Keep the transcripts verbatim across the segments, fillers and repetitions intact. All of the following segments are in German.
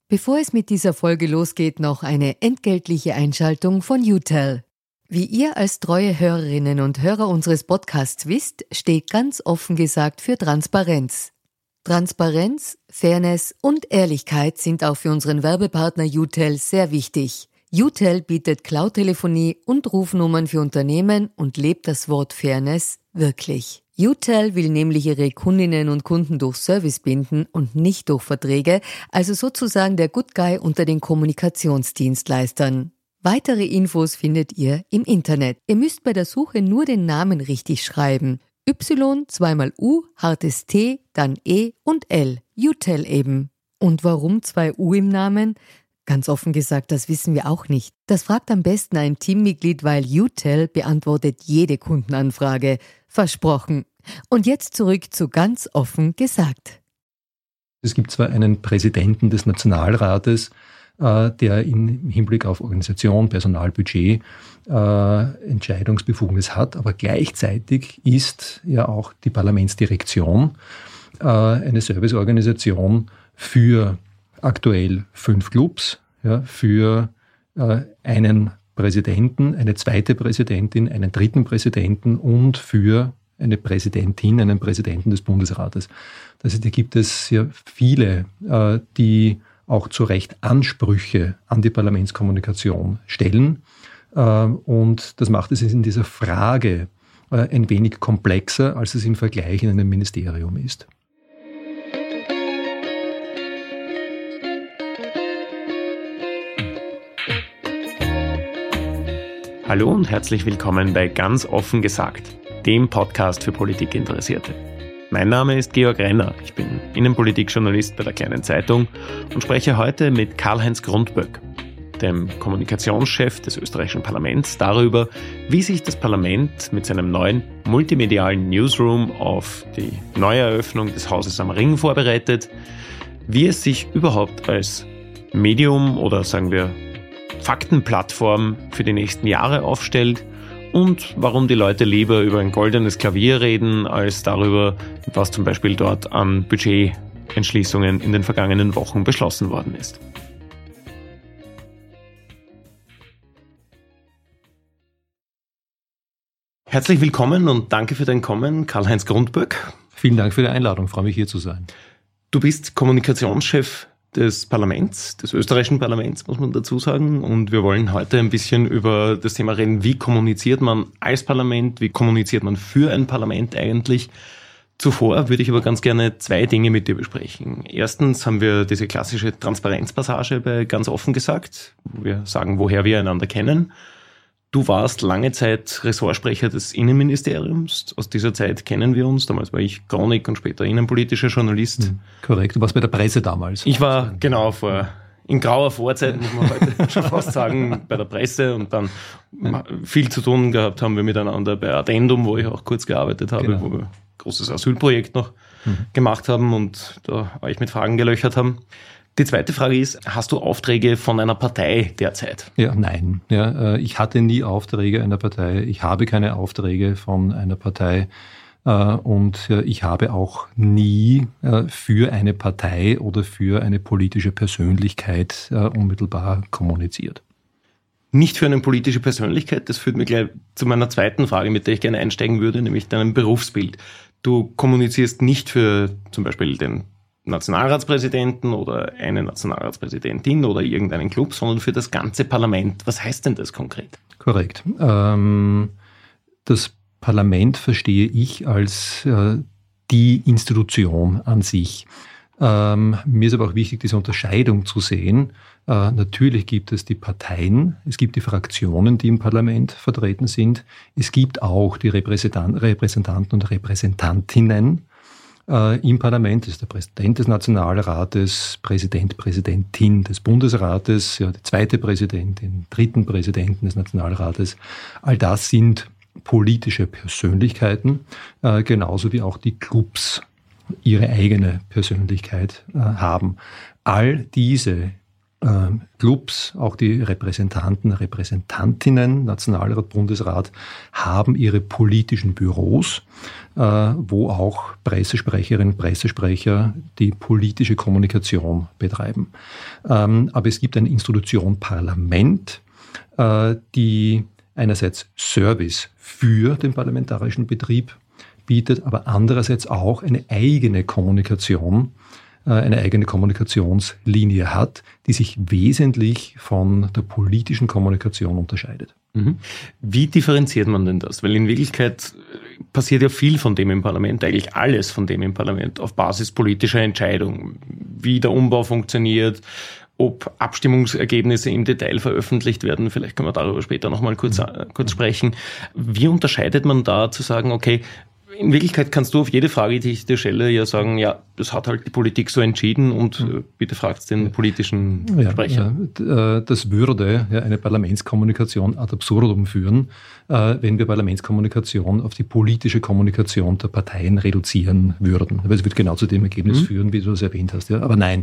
Bevor es mit dieser Folge losgeht, noch eine entgeltliche Einschaltung von U T E L. Wie ihr als treue Hörerinnen und Hörer unseres Podcasts wisst, steht ganz offen gesagt für Transparenz. Transparenz, Fairness und Ehrlichkeit sind auch für unseren Werbepartner U T E L sehr wichtig. U T E L bietet Cloud-Telefonie und Rufnummern für Unternehmen und lebt das Wort Fairness wirklich. U T E L will nämlich ihre Kundinnen und Kunden durch Service binden und nicht durch Verträge, also sozusagen der Good Guy unter den Kommunikationsdienstleistern. Weitere Infos findet ihr im Internet. Ihr müsst bei der Suche nur den Namen richtig schreiben. Y, zweimal U, hartes T, dann E und L. U T E L eben. Und warum zwei U im Namen? Ganz offen gesagt, das wissen wir auch nicht. Das fragt am besten ein Teammitglied, weil U T E L beantwortet jede Kundenanfrage. Versprochen. Und jetzt zurück zu ganz offen gesagt. Es gibt zwar einen Präsidenten des Nationalrates, äh, der im Hinblick auf Organisation, Personalbudget äh, Entscheidungsbefugnis hat, aber gleichzeitig ist ja auch die Parlamentsdirektion äh, eine Serviceorganisation für aktuell fünf Clubs, ja, für äh, einen Präsidenten, eine zweite Präsidentin, einen dritten Präsidenten und für eine Präsidentin, einen Präsidenten des Bundesrates. Also da gibt es ja viele, äh, die auch zu Recht Ansprüche an die Parlamentskommunikation stellen. Äh, und das macht es in dieser Frage äh, ein wenig komplexer, als es im Vergleich in einem Ministerium ist. Hallo und herzlich willkommen bei Ganz offen gesagt, dem Podcast für Politikinteressierte. Mein Name ist Georg Renner, ich bin Innenpolitikjournalist bei der Kleinen Zeitung und spreche heute mit Karl-Heinz Grundböck, dem Kommunikationschef des österreichischen Parlaments, darüber, wie sich das Parlament mit seinem neuen multimedialen Newsroom auf die Neueröffnung des Hauses am Ring vorbereitet, wie es sich überhaupt als Medium oder sagen wir Faktenplattform für die nächsten Jahre aufstellt und warum die Leute lieber über ein goldenes Klavier reden, als darüber, was zum Beispiel dort an Budgetentschließungen in den vergangenen Wochen beschlossen worden ist. Herzlich willkommen und danke für dein Kommen, Karl-Heinz Grundböck. Vielen Dank für die Einladung, ich freue mich hier zu sein. Du bist Kommunikationschef des Parlaments, des österreichischen Parlaments, muss man dazu sagen. Und wir wollen heute ein bisschen über das Thema reden, wie kommuniziert man als Parlament, wie kommuniziert man für ein Parlament eigentlich. Zuvor würde ich aber ganz gerne zwei Dinge mit dir besprechen. Erstens haben wir diese klassische Transparenzpassage bei Ganz offen gesagt, wo wir sagen, woher wir einander kennen. Du warst lange Zeit Ressortsprecher des Innenministeriums. Aus dieser Zeit kennen wir uns. Damals war ich Chronik und später innenpolitischer Journalist. Mhm, korrekt. Du warst bei der Presse damals. Ich war, genau, vor, in grauer Vorzeit, muss man heute schon fast sagen, bei der Presse und dann ja. viel zu tun gehabt haben wir miteinander bei Addendum, wo ich auch kurz gearbeitet habe, genau. Wo wir ein großes Asylprojekt noch mhm. gemacht haben und da euch mit Fragen gelöchert haben. Die zweite Frage ist, hast du Aufträge von einer Partei derzeit? Ja, nein. Ja, ich hatte nie Aufträge einer Partei. Ich habe keine Aufträge von einer Partei. Und ich habe auch nie für eine Partei oder für eine politische Persönlichkeit unmittelbar kommuniziert. Nicht für eine politische Persönlichkeit. Das führt mir gleich zu meiner zweiten Frage, mit der ich gerne einsteigen würde, nämlich deinem Berufsbild. Du kommunizierst nicht für zum Beispiel den Nationalratspräsidenten oder eine Nationalratspräsidentin oder irgendeinen Club, sondern für das ganze Parlament. Was heißt denn das konkret? Korrekt. Ähm, das Parlament verstehe ich als äh, die Institution an sich. Ähm, mir ist aber auch wichtig, diese Unterscheidung zu sehen. Äh, natürlich gibt es die Parteien, es gibt die Fraktionen, die im Parlament vertreten sind. Es gibt auch die Repräsentant- Repräsentanten und Repräsentantinnen im Parlament, das ist der Präsident des Nationalrates, Präsident, Präsidentin des Bundesrates, ja, der zweite Präsident, den dritten Präsidenten des Nationalrates. All das sind politische Persönlichkeiten, äh, genauso wie auch die Clubs ihre eigene Persönlichkeit äh, haben. All diese Clubs, auch die Repräsentanten, Repräsentantinnen, Nationalrat, Bundesrat, haben ihre politischen Büros, wo auch Pressesprecherinnen und Pressesprecher die politische Kommunikation betreiben. Aber es gibt eine Institution Parlament, die einerseits Service für den parlamentarischen Betrieb bietet, aber andererseits auch eine eigene Kommunikation, eine eigene Kommunikationslinie hat, die sich wesentlich von der politischen Kommunikation unterscheidet. Wie differenziert man denn das? Weil in Wirklichkeit passiert ja viel von dem im Parlament, eigentlich alles von dem im Parlament, auf Basis politischer Entscheidungen. Wie der Umbau funktioniert, ob Abstimmungsergebnisse im Detail veröffentlicht werden, vielleicht können wir darüber später nochmal kurz, kurz sprechen. Wie unterscheidet man da zu sagen, okay, in Wirklichkeit kannst du auf jede Frage, die ich dir stelle, ja sagen, ja, das hat halt die Politik so entschieden und mhm. bitte fragt den politischen ja, Sprecher. Ja, das würde ja, eine Parlamentskommunikation ad absurdum führen, wenn wir Parlamentskommunikation auf die politische Kommunikation der Parteien reduzieren würden. Aber es wird genau zu dem Ergebnis mhm. führen, wie du das erwähnt hast. Ja. Aber nein.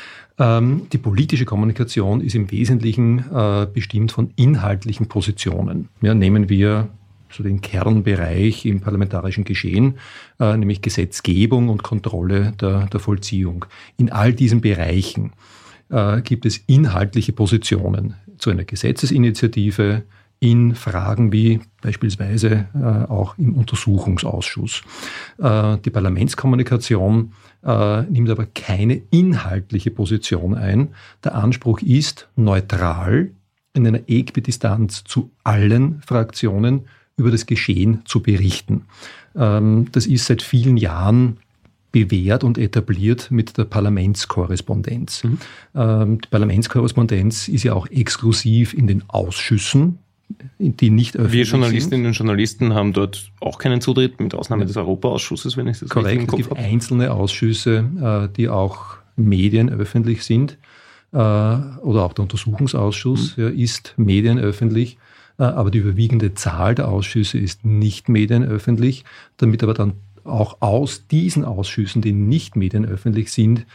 Die politische Kommunikation ist im Wesentlichen bestimmt von inhaltlichen Positionen. Ja, nehmen wir so den Kernbereich im parlamentarischen Geschehen, äh, nämlich Gesetzgebung und Kontrolle der, der Vollziehung. In all diesen Bereichen äh, gibt es inhaltliche Positionen zu einer Gesetzesinitiative in Fragen wie beispielsweise äh, auch im Untersuchungsausschuss. Äh, die Parlamentskommunikation äh, nimmt aber keine inhaltliche Position ein. Der Anspruch ist, neutral in einer Äquidistanz zu allen Fraktionen über das Geschehen zu berichten. Das ist seit vielen Jahren bewährt und etabliert mit der Parlamentskorrespondenz. Mhm. Die Parlamentskorrespondenz ist ja auch exklusiv in den Ausschüssen, die nicht öffentlich Wir Journalistinnen und Journalisten haben dort auch keinen Zutritt, mit Ausnahme des Europaausschusses, wenn ich das Korrekt, richtig im Kopf es gibt habe. einzelne Ausschüsse, die auch medienöffentlich sind, oder auch der Untersuchungsausschuss mhm. ist medienöffentlich. Aber die überwiegende Zahl der Ausschüsse ist nicht medienöffentlich, damit aber dann auch aus diesen Ausschüssen, die nicht medienöffentlich sind,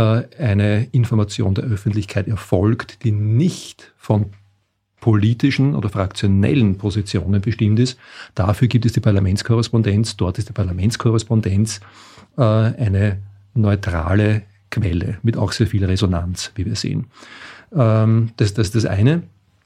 eine Information der Öffentlichkeit erfolgt, die nicht von politischen oder fraktionellen Positionen bestimmt ist. Dafür gibt es die Parlamentskorrespondenz. Dort ist die Parlamentskorrespondenz eine neutrale Quelle mit auch sehr viel Resonanz, wie wir sehen. Das, das ist das eine.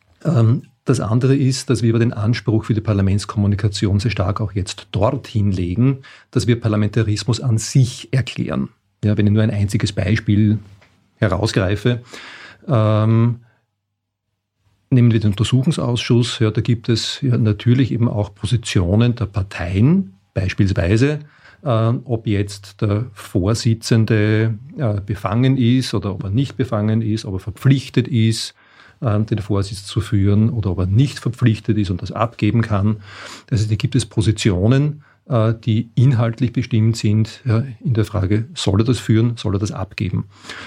Das andere ist, dass wir über den Anspruch für die Parlamentskommunikation sehr stark auch jetzt dorthin legen, dass wir Parlamentarismus an sich erklären. Ja, wenn ich nur ein einziges Beispiel herausgreife, ähm, nehmen wir den Untersuchungsausschuss, ja, da gibt es ja natürlich eben auch Positionen der Parteien, beispielsweise, äh, ob jetzt der Vorsitzende äh, befangen ist oder ob er nicht befangen ist, ob er verpflichtet ist, den Vorsitz zu führen oder ob er nicht verpflichtet ist und das abgeben kann. Also da gibt es Positionen, die inhaltlich bestimmt sind in der Frage, soll er das führen, soll er das abgeben.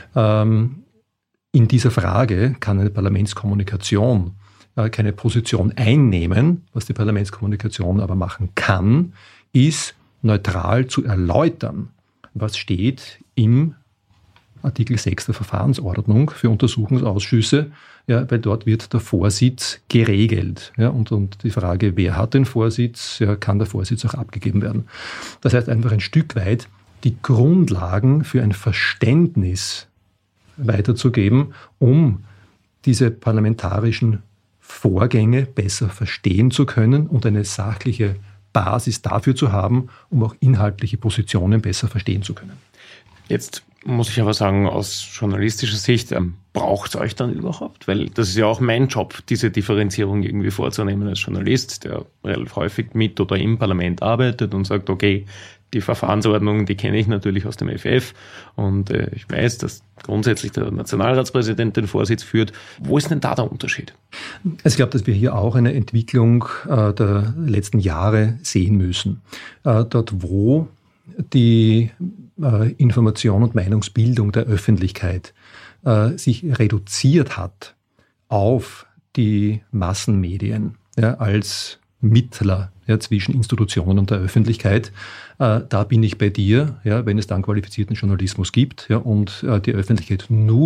In dieser Frage kann eine Parlamentskommunikation keine Position einnehmen. Was die Parlamentskommunikation aber machen kann, ist neutral zu erläutern, was steht im Artikel sechs der Verfahrensordnung für Untersuchungsausschüsse, ja, weil dort wird der Vorsitz geregelt. Ja, und, und die Frage, wer hat den Vorsitz, ja, kann der Vorsitz auch abgegeben werden. Das heißt einfach ein Stück weit die Grundlagen für ein Verständnis weiterzugeben, um diese parlamentarischen Vorgänge besser verstehen zu können und eine sachliche Basis dafür zu haben, um auch inhaltliche Positionen besser verstehen zu können. Jetzt muss ich aber sagen, aus journalistischer Sicht, ähm, braucht es euch dann überhaupt? Weil das ist ja auch mein Job, diese Differenzierung irgendwie vorzunehmen als Journalist, der relativ häufig mit oder im Parlament arbeitet und sagt, okay, die Verfahrensordnung, die kenne ich natürlich aus dem F F und äh, ich weiß, dass grundsätzlich der Nationalratspräsident den Vorsitz führt. Wo ist denn da der Unterschied? Also ich glaube, dass wir hier auch eine Entwicklung äh, der letzten Jahre sehen müssen. Äh, dort, wo die äh, Information und Meinungsbildung der Öffentlichkeit äh, sich reduziert hat auf die Massenmedien, ja, als Mittler, ja, zwischen Institutionen und der Öffentlichkeit. Äh, da bin ich bei dir, ja, wenn es dann qualifizierten Journalismus gibt, ja, und äh, die Öffentlichkeit nur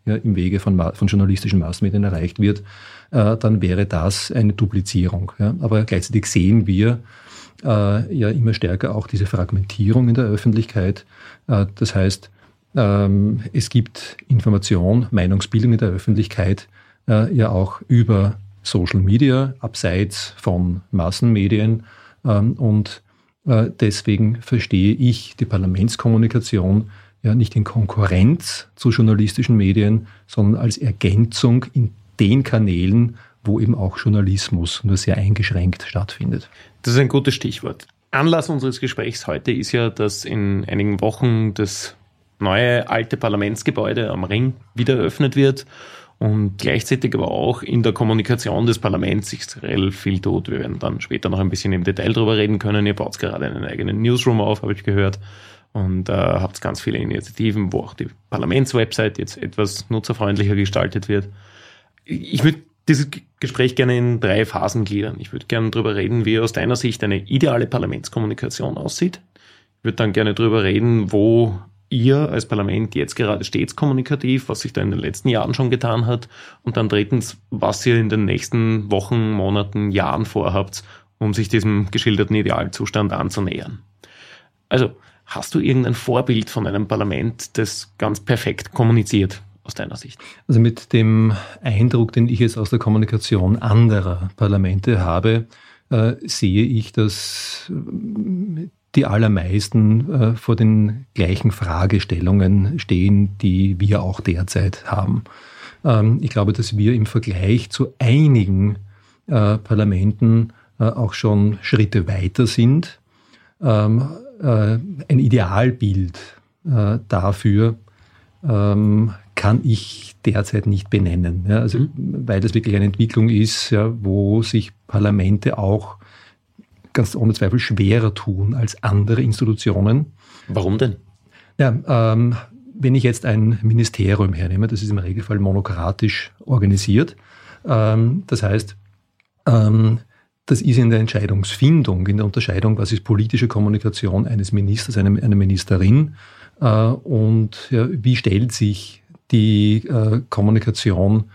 ja, im Wege von, von journalistischen Massmedien erreicht wird, äh, dann wäre das eine Duplizierung. Ja. Aber gleichzeitig sehen wir äh, ja immer stärker auch diese Fragmentierung in der Öffentlichkeit. Äh, das heißt, ähm, es gibt Information, Meinungsbildung in der Öffentlichkeit äh, ja auch über Social Media, abseits von Massenmedien. Ähm, und äh, deswegen verstehe ich die Parlamentskommunikation ja nicht in Konkurrenz zu journalistischen Medien, sondern als Ergänzung in den Kanälen, wo eben auch Journalismus nur sehr eingeschränkt stattfindet. Das ist ein gutes Stichwort. Anlass unseres Gesprächs heute ist ja, dass in einigen Wochen das neue alte Parlamentsgebäude am Ring wieder eröffnet wird und gleichzeitig aber auch in der Kommunikation des Parlaments sich relativ viel tut. Wir werden dann später noch ein bisschen im Detail drüber reden können. Ihr baut gerade einen eigenen Newsroom auf, habe ich gehört. Und äh, habt ganz viele Initiativen, wo auch die Parlamentswebsite jetzt etwas nutzerfreundlicher gestaltet wird. Ich würde dieses Gespräch gerne in drei Phasen gliedern. Ich würde gerne darüber reden, wie aus deiner Sicht eine ideale Parlamentskommunikation aussieht. Ich würde dann gerne darüber reden, wo ihr als Parlament jetzt gerade steht kommunikativ, was sich da in den letzten Jahren schon getan hat. Und dann drittens, was ihr in den nächsten Wochen, Monaten, Jahren vorhabt, um sich diesem geschilderten Idealzustand anzunähern. Also, hast du irgendein Vorbild von einem Parlament, das ganz perfekt kommuniziert, aus deiner Sicht? Also mit dem Eindruck, den ich jetzt aus der Kommunikation anderer Parlamente habe, äh, sehe ich, dass die allermeisten äh, vor den gleichen Fragestellungen stehen, die wir auch derzeit haben. Ähm, ich glaube, dass wir im Vergleich zu einigen äh, Parlamenten äh, auch schon Schritte weiter sind. Ähm, ein Idealbild äh, dafür ähm, kann ich derzeit nicht benennen. Ja, also, mhm. Weil das wirklich eine Entwicklung ist, ja, wo sich Parlamente auch ganz ohne Zweifel schwerer tun als andere Institutionen. Warum denn? Ja, ähm, wenn ich jetzt ein Ministerium hernehme, das ist im Regelfall monokratisch organisiert. Ähm, das heißt, ähm, das ist in der Entscheidungsfindung, in der Unterscheidung, was ist politische Kommunikation eines Ministers, einer, einer Ministerin äh, und ja, wie stellt sich die äh, Kommunikation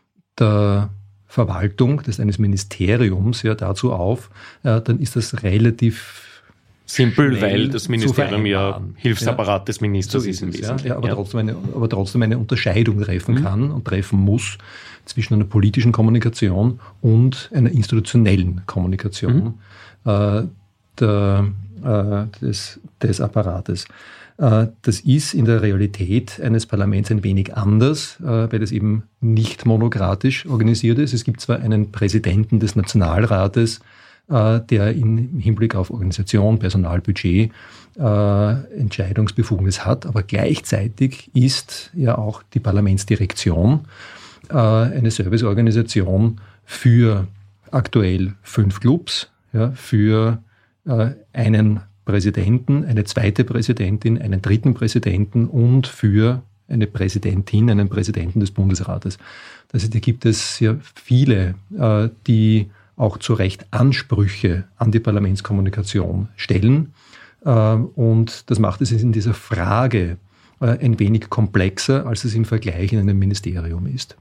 der Verwaltung des eines Ministeriums ja dazu auf, äh, dann ist das relativ simpel, weil das Ministerium ja Hilfsapparat ja, des Ministers so ist. ist es, ja, ja, aber, ja. Trotzdem eine, aber trotzdem eine Unterscheidung treffen mhm. kann und treffen muss zwischen einer politischen Kommunikation und einer institutionellen Kommunikation mhm. äh, der, äh, des, des Apparates. Äh, das ist in der Realität eines Parlaments ein wenig anders, äh, weil es eben nicht monokratisch organisiert ist. Es gibt zwar einen Präsidenten des Nationalrates, äh, der im Hinblick auf Organisation, Personalbudget äh, Entscheidungsbefugnis hat, aber gleichzeitig ist ja auch die Parlamentsdirektion eine Serviceorganisation für aktuell fünf Clubs, ja, für äh, einen Präsidenten, eine zweite Präsidentin, einen dritten Präsidenten und für eine Präsidentin, einen Präsidenten des Bundesrates. Das heißt, hier gibt es ja viele, äh, die auch zu Recht Ansprüche an die Parlamentskommunikation stellen. Äh, und das macht es in dieser Frage äh, ein wenig komplexer, als es im Vergleich in einem Ministerium ist.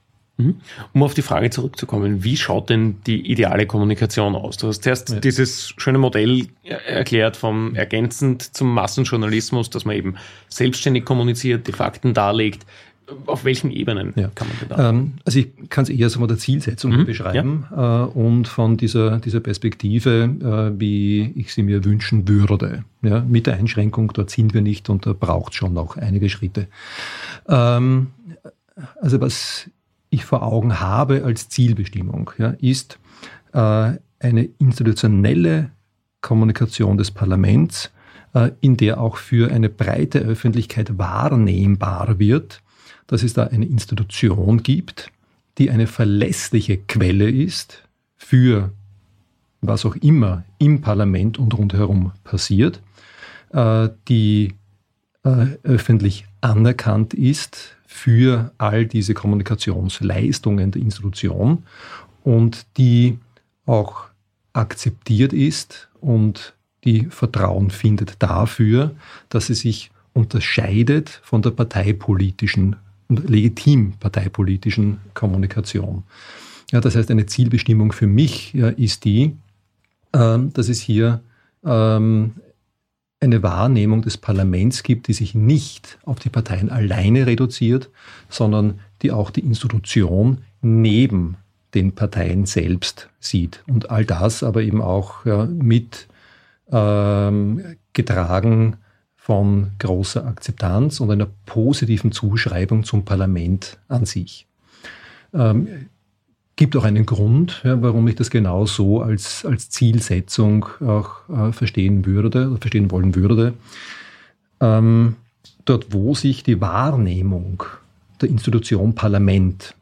Um auf die Frage zurückzukommen, wie schaut denn die ideale Kommunikation aus? Du hast zuerst ja. dieses schöne Modell erklärt vom ergänzend zum Massenjournalismus, dass man eben selbstständig kommuniziert, die Fakten darlegt. Auf welchen Ebenen ja. kann man denn da? Ähm, also ich kann es eher so von der Zielsetzung mhm. beschreiben ja. äh, und von dieser, dieser Perspektive, äh, wie ich sie mir wünschen würde. Ja, mit der Einschränkung, dort sind wir nicht und da braucht es schon noch einige Schritte. Ähm, also was ich vor Augen habe als Zielbestimmung, ja, ist äh, eine institutionelle Kommunikation des Parlaments, äh, in der auch für eine breite Öffentlichkeit wahrnehmbar wird, dass es da eine Institution gibt, die eine verlässliche Quelle ist für was auch immer im Parlament und rundherum passiert, äh, die äh, öffentlich anerkannt ist für all diese Kommunikationsleistungen der Institution und die auch akzeptiert ist und die Vertrauen findet dafür, dass sie sich unterscheidet von der parteipolitischen und legitim parteipolitischen Kommunikation. Ja, das heißt, eine Zielbestimmung für mich ja, ist die, ähm, dass es hier ähm, eine Wahrnehmung des Parlaments gibt, die sich nicht auf die Parteien alleine reduziert, sondern die auch die Institution neben den Parteien selbst sieht. Und all das aber eben auch ja, mit ähm, getragen von großer Akzeptanz und einer positiven Zuschreibung zum Parlament an sich. Ähm, gibt auch einen Grund, ja, warum ich das genau so als, als Zielsetzung auch äh, verstehen würde oder verstehen wollen würde. Ähm, dort, wo sich die Wahrnehmung der Institution Parlament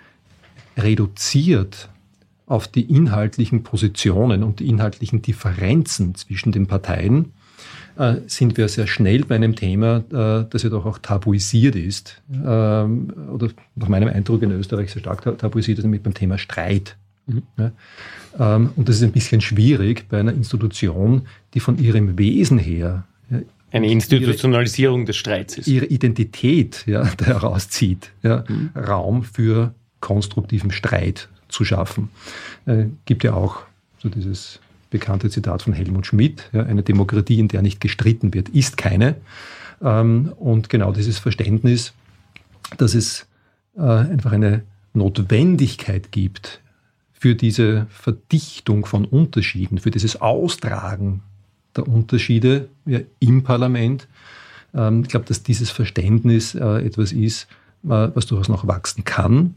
reduziert auf die inhaltlichen Positionen und die inhaltlichen Differenzen zwischen den Parteien, äh, sind wir sehr schnell bei einem Thema, äh, das ja doch auch tabuisiert ist, ähm, oder nach meinem Eindruck in Österreich sehr stark tabuisiert ist, nämlich beim Thema Streit. Mhm. Ja, ähm, und das ist ein bisschen schwierig bei einer Institution, die von ihrem Wesen her ja, eine Institutionalisierung ihre, des Streits ist. Ihre Identität ja, herauszieht, ja, mhm. Raum für konstruktiven Streit zu schaffen. Äh, gibt ja auch so dieses bekannte Zitat von Helmut Schmidt, ja, eine Demokratie, in der nicht gestritten wird, ist keine. Ähm, und genau dieses Verständnis, dass es äh, einfach eine Notwendigkeit gibt für diese Verdichtung von Unterschieden, für dieses Austragen der Unterschiede ja, im Parlament. Ähm, ich glaube, dass dieses Verständnis äh, etwas ist, äh, was durchaus noch wachsen kann.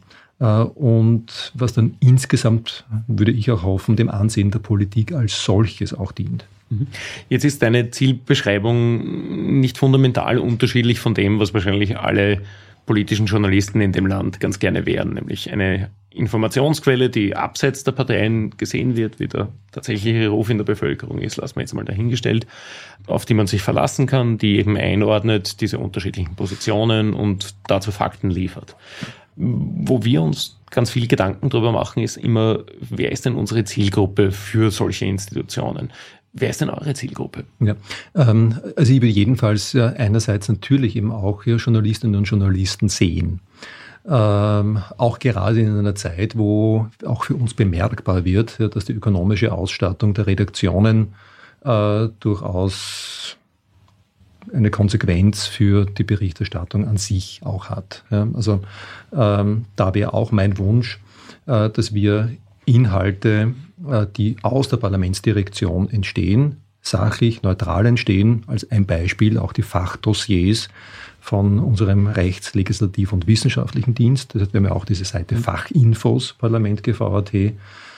Und was dann insgesamt, würde ich auch hoffen, dem Ansehen der Politik als solches auch dient. Jetzt ist deine Zielbeschreibung nicht fundamental unterschiedlich von dem, was wahrscheinlich alle politischen Journalisten in dem Land ganz gerne wären, nämlich eine Informationsquelle, die abseits der Parteien gesehen wird, wie der tatsächliche Ruf in der Bevölkerung ist, lassen wir jetzt mal dahingestellt, auf die man sich verlassen kann, die eben einordnet, diese unterschiedlichen Positionen und dazu Fakten liefert. Wo wir uns ganz viel Gedanken drüber machen, ist immer, wer ist denn unsere Zielgruppe für solche Institutionen? Wer ist denn eure Zielgruppe? Ja, ähm, also ich will jedenfalls ja, einerseits natürlich eben auch ja, Journalistinnen und Journalisten sehen. Ähm, auch gerade in einer Zeit, wo auch für uns bemerkbar wird, ja, dass die ökonomische Ausstattung der Redaktionen äh, durchaus eine Konsequenz für die Berichterstattung an sich auch hat. Ja, also ähm, da wäre auch mein Wunsch, äh, dass wir Inhalte, äh, die aus der Parlamentsdirektion entstehen, sachlich, neutral entstehen, als ein Beispiel auch die Fachdossiers von unserem Rechts-, Legislativ- und Wissenschaftlichen Dienst. Das heißt, wir haben ja auch diese Seite Fachinfos, Parlament G V A T.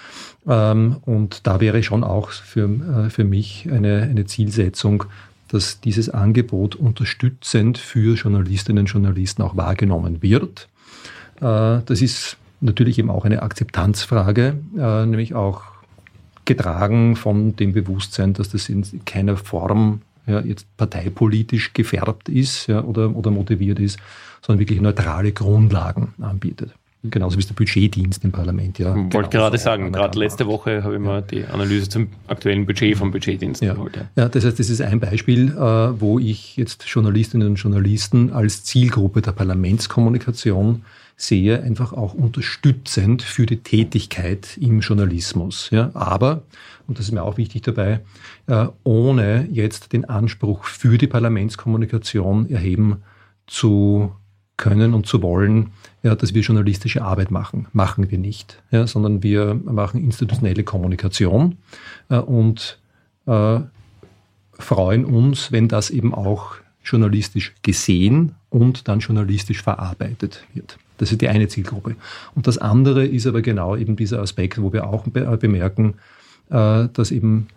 Ähm, und da wäre schon auch für, äh, für mich eine, eine Zielsetzung, dass dieses Angebot unterstützend für Journalistinnen und Journalisten auch wahrgenommen wird. Äh, das ist natürlich eben auch eine Akzeptanzfrage, äh, nämlich auch getragen von dem Bewusstsein, dass das in keiner Form ja, jetzt parteipolitisch gefärbt ist ja, oder, oder motiviert ist, sondern wirklich neutrale Grundlagen anbietet. Genauso wie es der Budgetdienst im Parlament. Ja, ich wollte gerade sagen, gerade letzte Woche habe ich ja. mal die Analyse zum aktuellen Budget vom Budgetdienst ja. geholt. Ja. ja, das heißt, das ist ein Beispiel, äh, wo ich jetzt Journalistinnen und Journalisten als Zielgruppe der Parlamentskommunikation sehe, einfach auch unterstützend für die Tätigkeit im Journalismus. Ja, aber, und das ist mir auch wichtig dabei, äh, ohne jetzt den Anspruch für die Parlamentskommunikation erheben zu können und zu wollen, ja, dass wir journalistische Arbeit machen. Machen wir nicht, ja, sondern wir machen institutionelle Kommunikation äh, und äh, freuen uns, wenn das eben auch journalistisch gesehen und dann journalistisch verarbeitet wird. Das ist die eine Zielgruppe. Und das andere ist aber genau eben dieser Aspekt, wo wir auch be- bemerken, äh, dass eben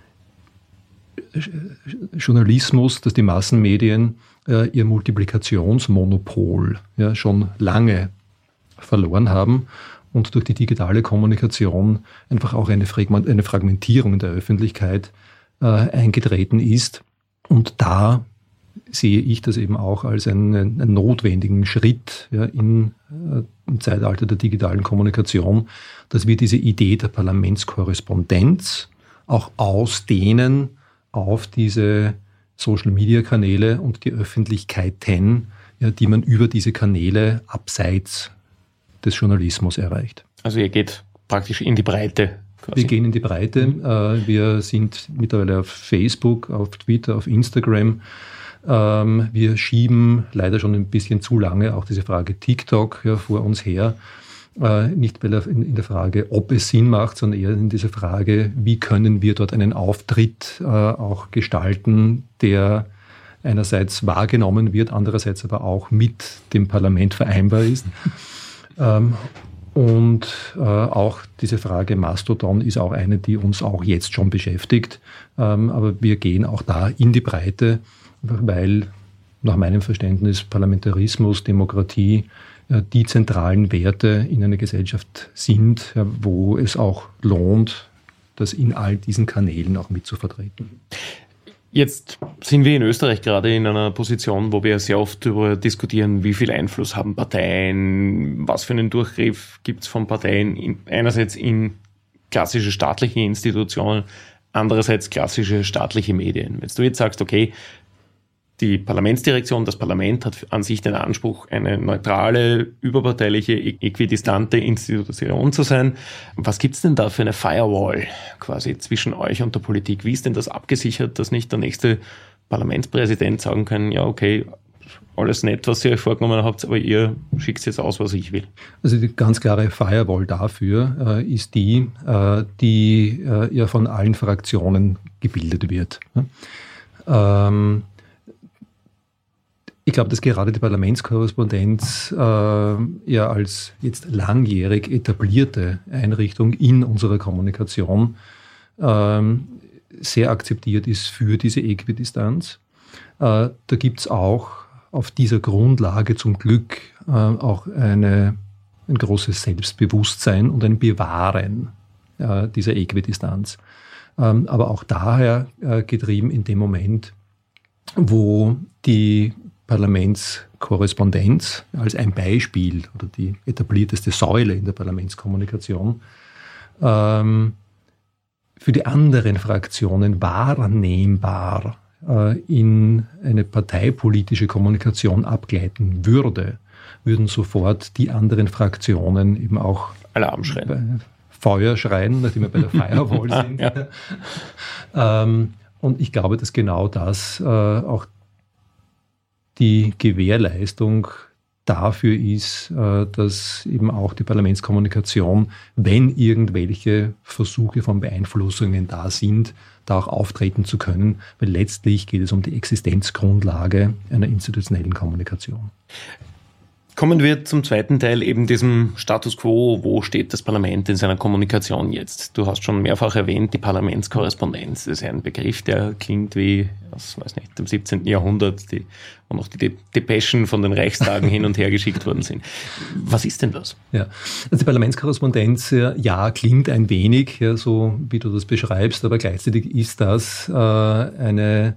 Journalismus, dass die Massenmedien äh, ihr Multiplikationsmonopol ja, schon lange verloren haben und durch die digitale Kommunikation einfach auch eine, Fragment- eine Fragmentierung in der Öffentlichkeit äh, eingetreten ist. Und da sehe ich das eben auch als einen, einen notwendigen Schritt ja, in, äh, im Zeitalter der digitalen Kommunikation, dass wir diese Idee der Parlamentskorrespondenz auch ausdehnen auf diese Social-Media-Kanäle und die Öffentlichkeiten, ja, die man über diese Kanäle abseits des Journalismus erreicht. Also ihr geht praktisch in die Breite. Quasi. Wir gehen in die Breite. Mhm. Wir sind mittlerweile auf Facebook, auf Twitter, auf Instagram. Wir schieben leider schon ein bisschen zu lange auch diese Frage TikTok ja, vor uns her. Nicht in der Frage, ob es Sinn macht, sondern eher in dieser Frage, wie können wir dort einen Auftritt auch gestalten, der einerseits wahrgenommen wird, andererseits aber auch mit dem Parlament vereinbar ist. Und äh, auch diese Frage Mastodon ist auch eine, die uns auch jetzt schon beschäftigt. Ähm, aber wir gehen auch da in die Breite, weil nach meinem Verständnis Parlamentarismus, Demokratie äh, die zentralen Werte in einer Gesellschaft sind, ja, wo es auch lohnt, das in all diesen Kanälen auch mitzuvertreten. Jetzt sind wir in Österreich gerade in einer Position, wo wir sehr oft darüber diskutieren, wie viel Einfluss haben Parteien, was für einen Durchgriff gibt es von Parteien, in, einerseits in klassische staatliche Institutionen, andererseits klassische staatliche Medien. Wenn du jetzt sagst, okay, die Parlamentsdirektion, das Parlament hat an sich den Anspruch, eine neutrale, überparteiliche, äquidistante Institution zu sein. Was gibt's denn da für eine Firewall quasi zwischen euch und der Politik? Wie ist denn das abgesichert, dass nicht der nächste Parlamentspräsident sagen kann, ja okay, alles nett, was ihr euch vorgenommen habt, aber ihr schickt jetzt aus, was ich will? Also die ganz klare Firewall dafür äh, ist die, äh, die äh, ja von allen Fraktionen gebildet wird. Ähm, Ich glaube, dass gerade die Parlamentskorrespondenz äh, ja als jetzt langjährig etablierte Einrichtung in unserer Kommunikation äh, sehr akzeptiert ist für diese Äquidistanz. Äh, da gibt es auch auf dieser Grundlage zum Glück äh, auch eine, ein großes Selbstbewusstsein und ein Bewahren äh, dieser Äquidistanz. Ähm, aber auch daher äh, getrieben in dem Moment, wo die Parlamentskorrespondenz als ein Beispiel oder die etablierteste Säule in der Parlamentskommunikation ähm, für die anderen Fraktionen wahrnehmbar äh, in eine parteipolitische Kommunikation abgleiten würde, würden sofort die anderen Fraktionen eben auch Alarm schreien. Feuer schreien, nachdem wir bei der Firewall sind. Ja. ähm, und ich glaube, dass genau das äh, auch die Gewährleistung dafür ist, dass eben auch die Parlamentskommunikation, wenn irgendwelche Versuche von Beeinflussungen da sind, da auch auftreten zu können, weil letztlich geht es um die Existenzgrundlage einer institutionellen Kommunikation. Kommen wir zum zweiten Teil, eben diesem Status quo. Wo steht das Parlament in seiner Kommunikation jetzt? Du hast schon mehrfach erwähnt, die Parlamentskorrespondenz. Das ist ein Begriff, der klingt wie aus, weiß nicht, dem siebzehnten Jahrhundert, die, wo noch die Depeschen von den Reichstagen hin und her geschickt worden sind. Was ist denn das? Ja, also die Parlamentskorrespondenz, ja, klingt ein wenig, ja, so wie du das beschreibst, aber gleichzeitig ist das äh, eine,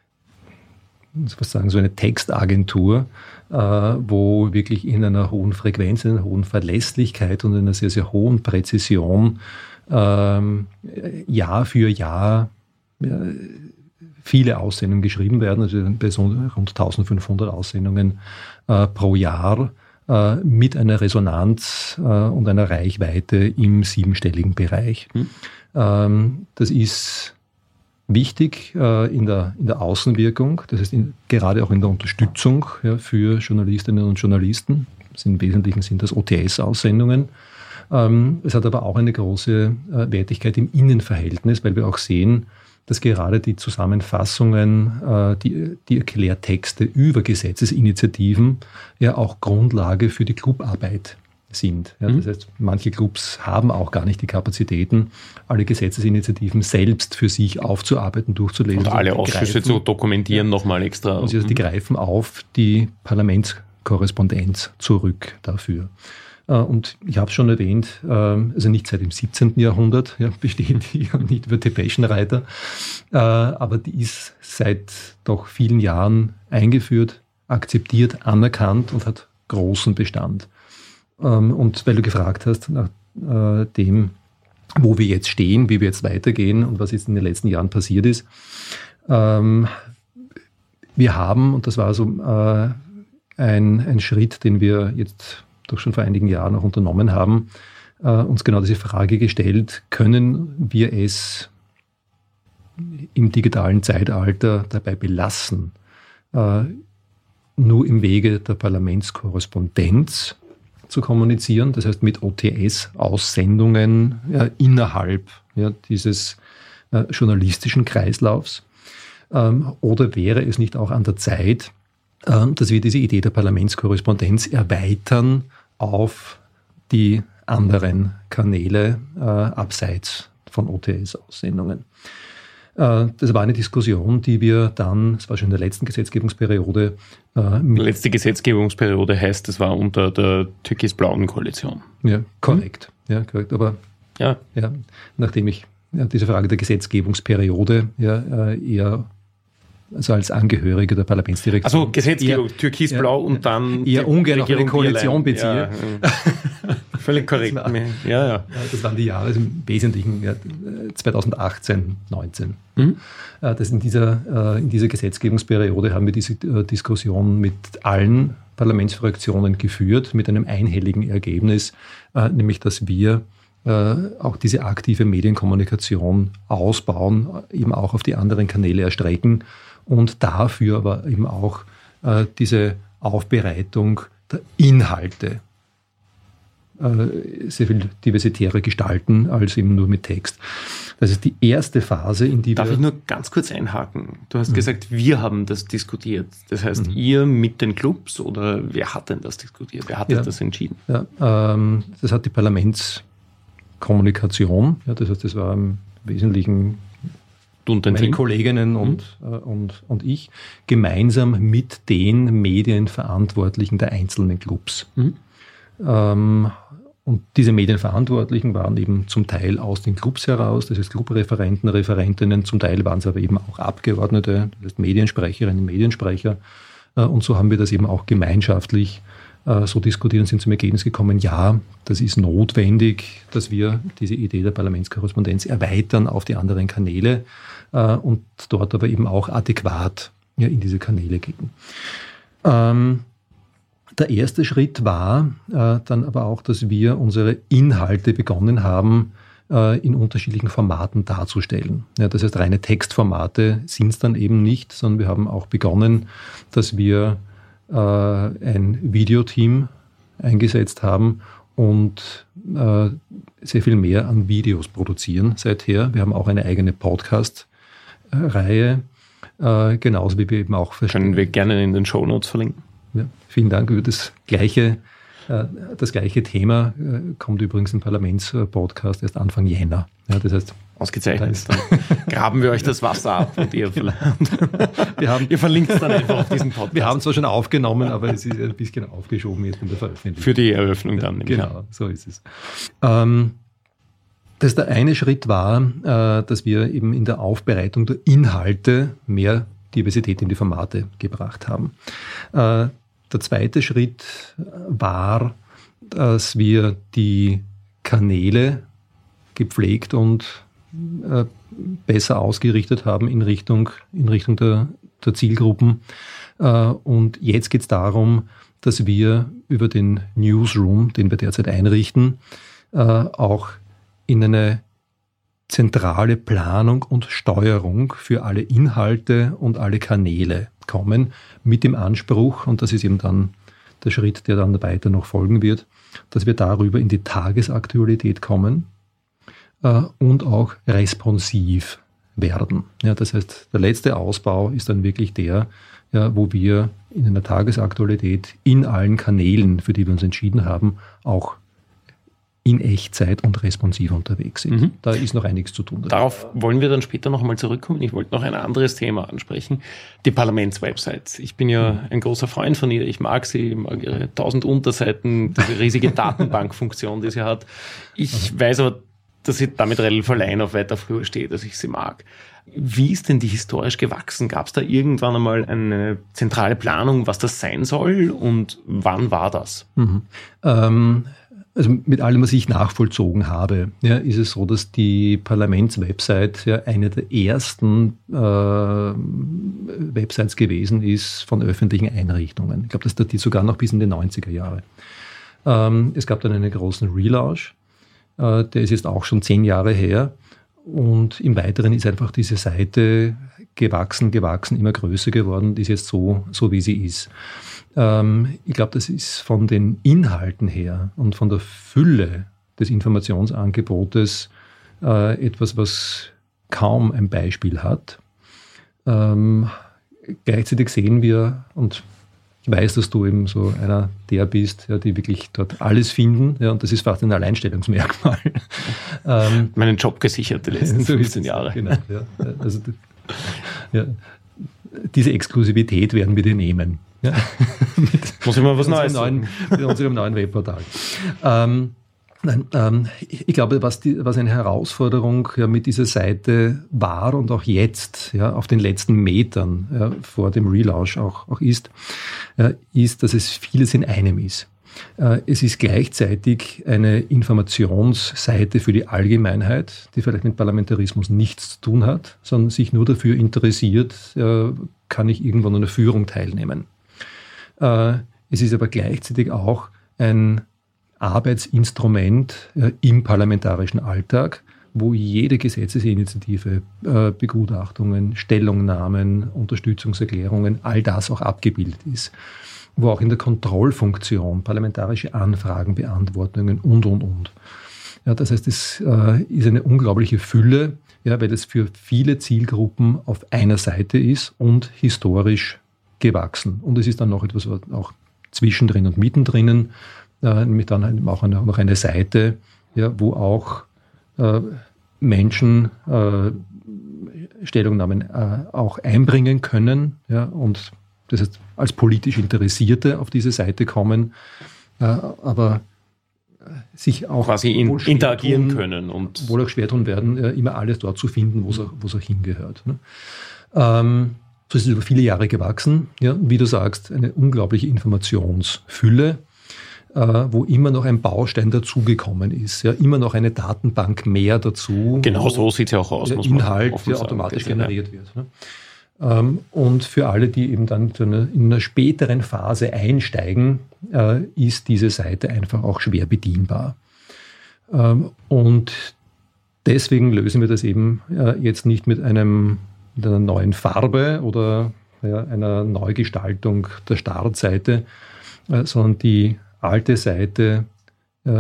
was sagen, so eine Textagentur, äh, wo wirklich in einer hohen Frequenz, in einer hohen Verlässlichkeit und in einer sehr, sehr hohen Präzision ähm, Jahr für Jahr ja, viele Aussendungen geschrieben werden, also bei so rund eintausendfünfhundert Aussendungen äh, pro Jahr äh, mit einer Resonanz äh, und einer Reichweite im siebenstelligen Bereich. Hm. Ähm, das ist wichtig äh, in der, in der Außenwirkung, das heißt in, gerade auch in der Unterstützung ja, für Journalistinnen und Journalisten. Das Im Wesentlichen sind das O T S-Aussendungen. Ähm, es hat aber auch eine große äh, Wertigkeit im Innenverhältnis, weil wir auch sehen, dass gerade die Zusammenfassungen, äh, die, die Erklärtexte über Gesetzesinitiativen ja auch Grundlage für die Clubarbeit sind. Ja, das heißt, manche Clubs haben auch gar nicht die Kapazitäten, alle Gesetzesinitiativen selbst für sich aufzuarbeiten, durchzulesen. Und alle Ausschüsse zu dokumentieren, ja, nochmal extra. Und sie, also die greifen auf die Parlamentskorrespondenz zurück dafür. Und ich habe es schon erwähnt, also nicht seit dem siebzehnten Jahrhundert ja, besteht die ja nicht über Depeschenreiter, aber die ist seit doch vielen Jahren eingeführt, akzeptiert, anerkannt und hat großen Bestand. Und weil du gefragt hast nach dem, wo wir jetzt stehen, wie wir jetzt weitergehen und was jetzt in den letzten Jahren passiert ist, wir haben, und das war so ein, ein Schritt, den wir jetzt doch schon vor einigen Jahren auch unternommen haben, äh, uns genau diese Frage gestellt, können wir es im digitalen Zeitalter dabei belassen, äh, nur im Wege der Parlamentskorrespondenz zu kommunizieren, das heißt mit O T S-Aussendungen ja, innerhalb ja, dieses äh, journalistischen Kreislaufs. Ähm, oder wäre es nicht auch an der Zeit, äh, dass wir diese Idee der Parlamentskorrespondenz erweitern auf die anderen Kanäle äh, abseits von O T S-Aussendungen? Das war eine Diskussion, die wir dann, das war schon in der letzten Gesetzgebungsperiode. Äh, die letzte Gesetzgebungsperiode heißt, das war unter der türkis-blauen Koalition. Ja, korrekt. Hm? Ja, korrekt. Aber ja. Ja, nachdem ich ja, diese Frage der Gesetzgebungsperiode ja, eher also als Angehörige der Parlamentsdirektion. Also Gesetzgebung, eher, türkisblau ja, und dann eher ungern auf eine Koalition beziehe. Ja, völlig korrekt. Das, war, ja, ja. das waren die Jahre im Wesentlichen ja, zweitausendachtzehn, neunzehn. Mhm. Das in, dieser, in dieser Gesetzgebungsperiode haben wir diese Diskussion mit allen Parlamentsfraktionen geführt, mit einem einhelligen Ergebnis, nämlich dass wir auch diese aktive Medienkommunikation ausbauen, eben auch auf die anderen Kanäle erstrecken und dafür aber eben auch äh, diese Aufbereitung der Inhalte äh, sehr viel diversitärer gestalten als eben nur mit Text. Das ist die erste Phase, in die Darf wir... ich nur ganz kurz einhaken? Du hast mhm. gesagt, wir haben das diskutiert. Das heißt, mhm. ihr mit den Clubs oder wer hat denn das diskutiert? Wer hat ja. das entschieden? Ja, ähm, das hat die Parlamentskommunikation, ja, das heißt, das war im Wesentlichen meine Team. Kolleginnen und, mhm. äh, und, und ich, gemeinsam mit den Medienverantwortlichen der einzelnen Clubs. Mhm. Ähm, und diese Medienverantwortlichen waren eben zum Teil aus den Clubs heraus, das heißt Clubreferenten, Referentinnen, zum Teil waren es aber eben auch Abgeordnete, das heißt Mediensprecherinnen, Mediensprecher. Äh, und so haben wir das eben auch gemeinschaftlich äh, so diskutiert und sind zum Ergebnis gekommen, ja, das ist notwendig, dass wir diese Idee der Parlamentskorrespondenz erweitern auf die anderen Kanäle äh, und dort aber eben auch adäquat ja, in diese Kanäle gehen. Ähm, Der erste Schritt war äh, dann aber auch, dass wir unsere Inhalte begonnen haben, äh, in unterschiedlichen Formaten darzustellen. Ja, das heißt, reine Textformate sind es dann eben nicht, sondern wir haben auch begonnen, dass wir äh, ein Videoteam eingesetzt haben und äh, sehr viel mehr an Videos produzieren seither. Wir haben auch eine eigene Podcast-Reihe, äh, genauso wie wir eben auch verstehen. Können wir gerne in den Shownotes verlinken. Ja, vielen Dank. Über das gleiche, äh, das gleiche Thema äh, kommt übrigens im Parlamentspodcast erst Anfang Jänner. Ja, das heißt, ausgezeichnet. Dann graben wir euch das Wasser ab und ihr, wir haben, ihr verlinkt es dann einfach auf diesen Podcast. Wir haben es zwar schon aufgenommen, aber es ist ein bisschen aufgeschoben jetzt in der Veröffentlichung. Für die Eröffnung dann. Ja, genau, so ist es. Ähm, das der eine Schritt war, äh, dass wir eben in der Aufbereitung der Inhalte mehr Diversität in die Formate gebracht haben. Äh, Der zweite Schritt war, dass wir die Kanäle gepflegt und äh, besser ausgerichtet haben in Richtung, in Richtung der, der Zielgruppen. Äh, und jetzt geht es darum, dass wir über den Newsroom, den wir derzeit einrichten, äh, auch in eine zentrale Planung und Steuerung für alle Inhalte und alle Kanäle kommen, mit dem Anspruch, und das ist eben dann der Schritt, der dann weiter noch folgen wird, dass wir darüber in die Tagesaktualität kommen äh, und auch responsiv werden. Ja, das heißt, der letzte Ausbau ist dann wirklich der, ja, wo wir in einer Tagesaktualität in allen Kanälen, für die wir uns entschieden haben, auch in Echtzeit und responsiv unterwegs sind. Mhm. Da ist noch einiges zu tun. Darauf wollen wir dann später noch einmal zurückkommen. Ich wollte noch ein anderes Thema ansprechen. Die Parlamentswebsites. Ich bin ja mhm. ein großer Freund von ihr. Ich mag sie, ich mag ihre tausend Unterseiten, diese riesige Datenbankfunktion, die sie hat. Ich mhm. weiß aber, dass sie damit relativ allein auf weiter Flur steht, dass ich sie mag. Wie ist denn die historisch gewachsen? Gab es da irgendwann einmal eine zentrale Planung, was das sein soll und wann war das? Mhm. Ähm, also mit allem, was ich nachvollzogen habe, ja, ist es so, dass die Parlamentswebsite ja eine der ersten äh, Websites gewesen ist von öffentlichen Einrichtungen. Ich glaube, das datiert sogar noch bis in die neunziger Jahre. Ähm, es gab dann einen großen Relaunch, äh, der ist jetzt auch schon zehn Jahre her. Und im Weiteren ist einfach diese Seite gewachsen, gewachsen, immer größer geworden und ist jetzt so, so wie sie ist. Ähm, ich glaube, das ist von den Inhalten her und von der Fülle des Informationsangebotes äh, etwas, was kaum ein Beispiel hat. Ähm, gleichzeitig sehen wir, und ich weiß, dass du eben so einer der bist, ja, die wirklich dort alles finden, ja, und das ist fast ein Alleinstellungsmerkmal. ähm, Meinen Job gesichert die letzten so fünfzehn Jahre. Genau, ja. Also, ja, diese Exklusivität werden wir dir nehmen. Ja. mit Muss ich mal was Neues neuen, mit unserem neuen Webportal. Ähm, nein, ähm, ich, ich glaube, was, die, was eine Herausforderung ja, mit dieser Seite war und auch jetzt ja, auf den letzten Metern ja, vor dem Relaunch auch, auch ist, ja, ist, dass es vieles in einem ist. Äh, es ist gleichzeitig eine Informationsseite für die Allgemeinheit, die vielleicht mit Parlamentarismus nichts zu tun hat, sondern sich nur dafür interessiert, äh, kann ich irgendwann an der Führung teilnehmen. Äh, es ist aber gleichzeitig auch ein Arbeitsinstrument äh, im parlamentarischen Alltag, wo jede Gesetzesinitiative, äh, Begutachtungen, Stellungnahmen, Unterstützungserklärungen, all das auch abgebildet ist. Wo auch in der Kontrollfunktion parlamentarische Anfragen, Beantwortungen und, und, und. Ja, das heißt, es äh, ist eine unglaubliche Fülle, ja, weil es für viele Zielgruppen auf einer Seite ist und historisch gewachsen. Und es ist dann noch etwas auch zwischendrin und mittendrin, äh, nämlich dann auch eine, noch eine Seite, ja, wo auch äh, Menschen äh, Stellungnahmen äh, auch einbringen können, ja, und das heißt, als politisch Interessierte auf diese Seite kommen, äh, aber sich auch quasi in, interagieren tun, können und wohl auch schwer tun werden, äh, immer alles dort zu finden, wo es auch, wo es auch hingehört. Ne? Ähm, so ist es über viele Jahre gewachsen. Ja? Wie du sagst, eine unglaubliche Informationsfülle, äh, wo immer noch ein Baustein dazugekommen ist. Ja? Immer noch eine Datenbank mehr dazu. Genau so sieht es ja auch aus. Der Inhalt, der automatisch sagen, generiert ja. wird. Ne? Ähm, und für alle, die eben dann zu einer, in einer späteren Phase einsteigen, äh, ist diese Seite einfach auch schwer bedienbar. Ähm, und deswegen lösen wir das eben äh, jetzt nicht mit, einem, mit einer neuen Farbe oder ja, einer Neugestaltung der Startseite, äh, sondern die alte Seite äh,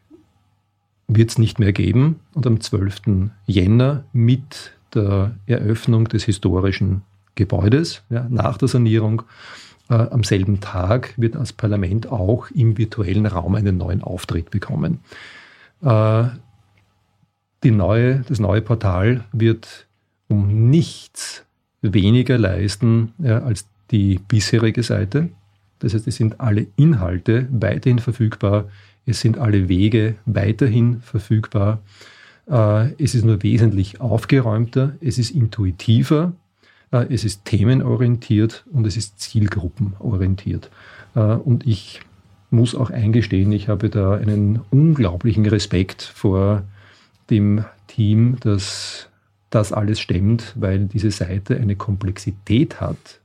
wird es nicht mehr geben. Und am zwölften Jänner mit der Eröffnung des historischen Gebäudes, ja, nach der Sanierung, äh, am selben Tag wird das Parlament auch im virtuellen Raum einen neuen Auftritt bekommen. Äh, die neue, das neue Portal wird um nichts weniger leisten ja, als die bisherige Seite. Das heißt, es sind alle Inhalte weiterhin verfügbar, es sind alle Wege weiterhin verfügbar. Es ist nur wesentlich aufgeräumter, es ist intuitiver, es ist themenorientiert und es ist zielgruppenorientiert. Und ich muss auch eingestehen, ich habe da einen unglaublichen Respekt vor dem Team, das das alles stemmt, weil diese Seite eine Komplexität hat,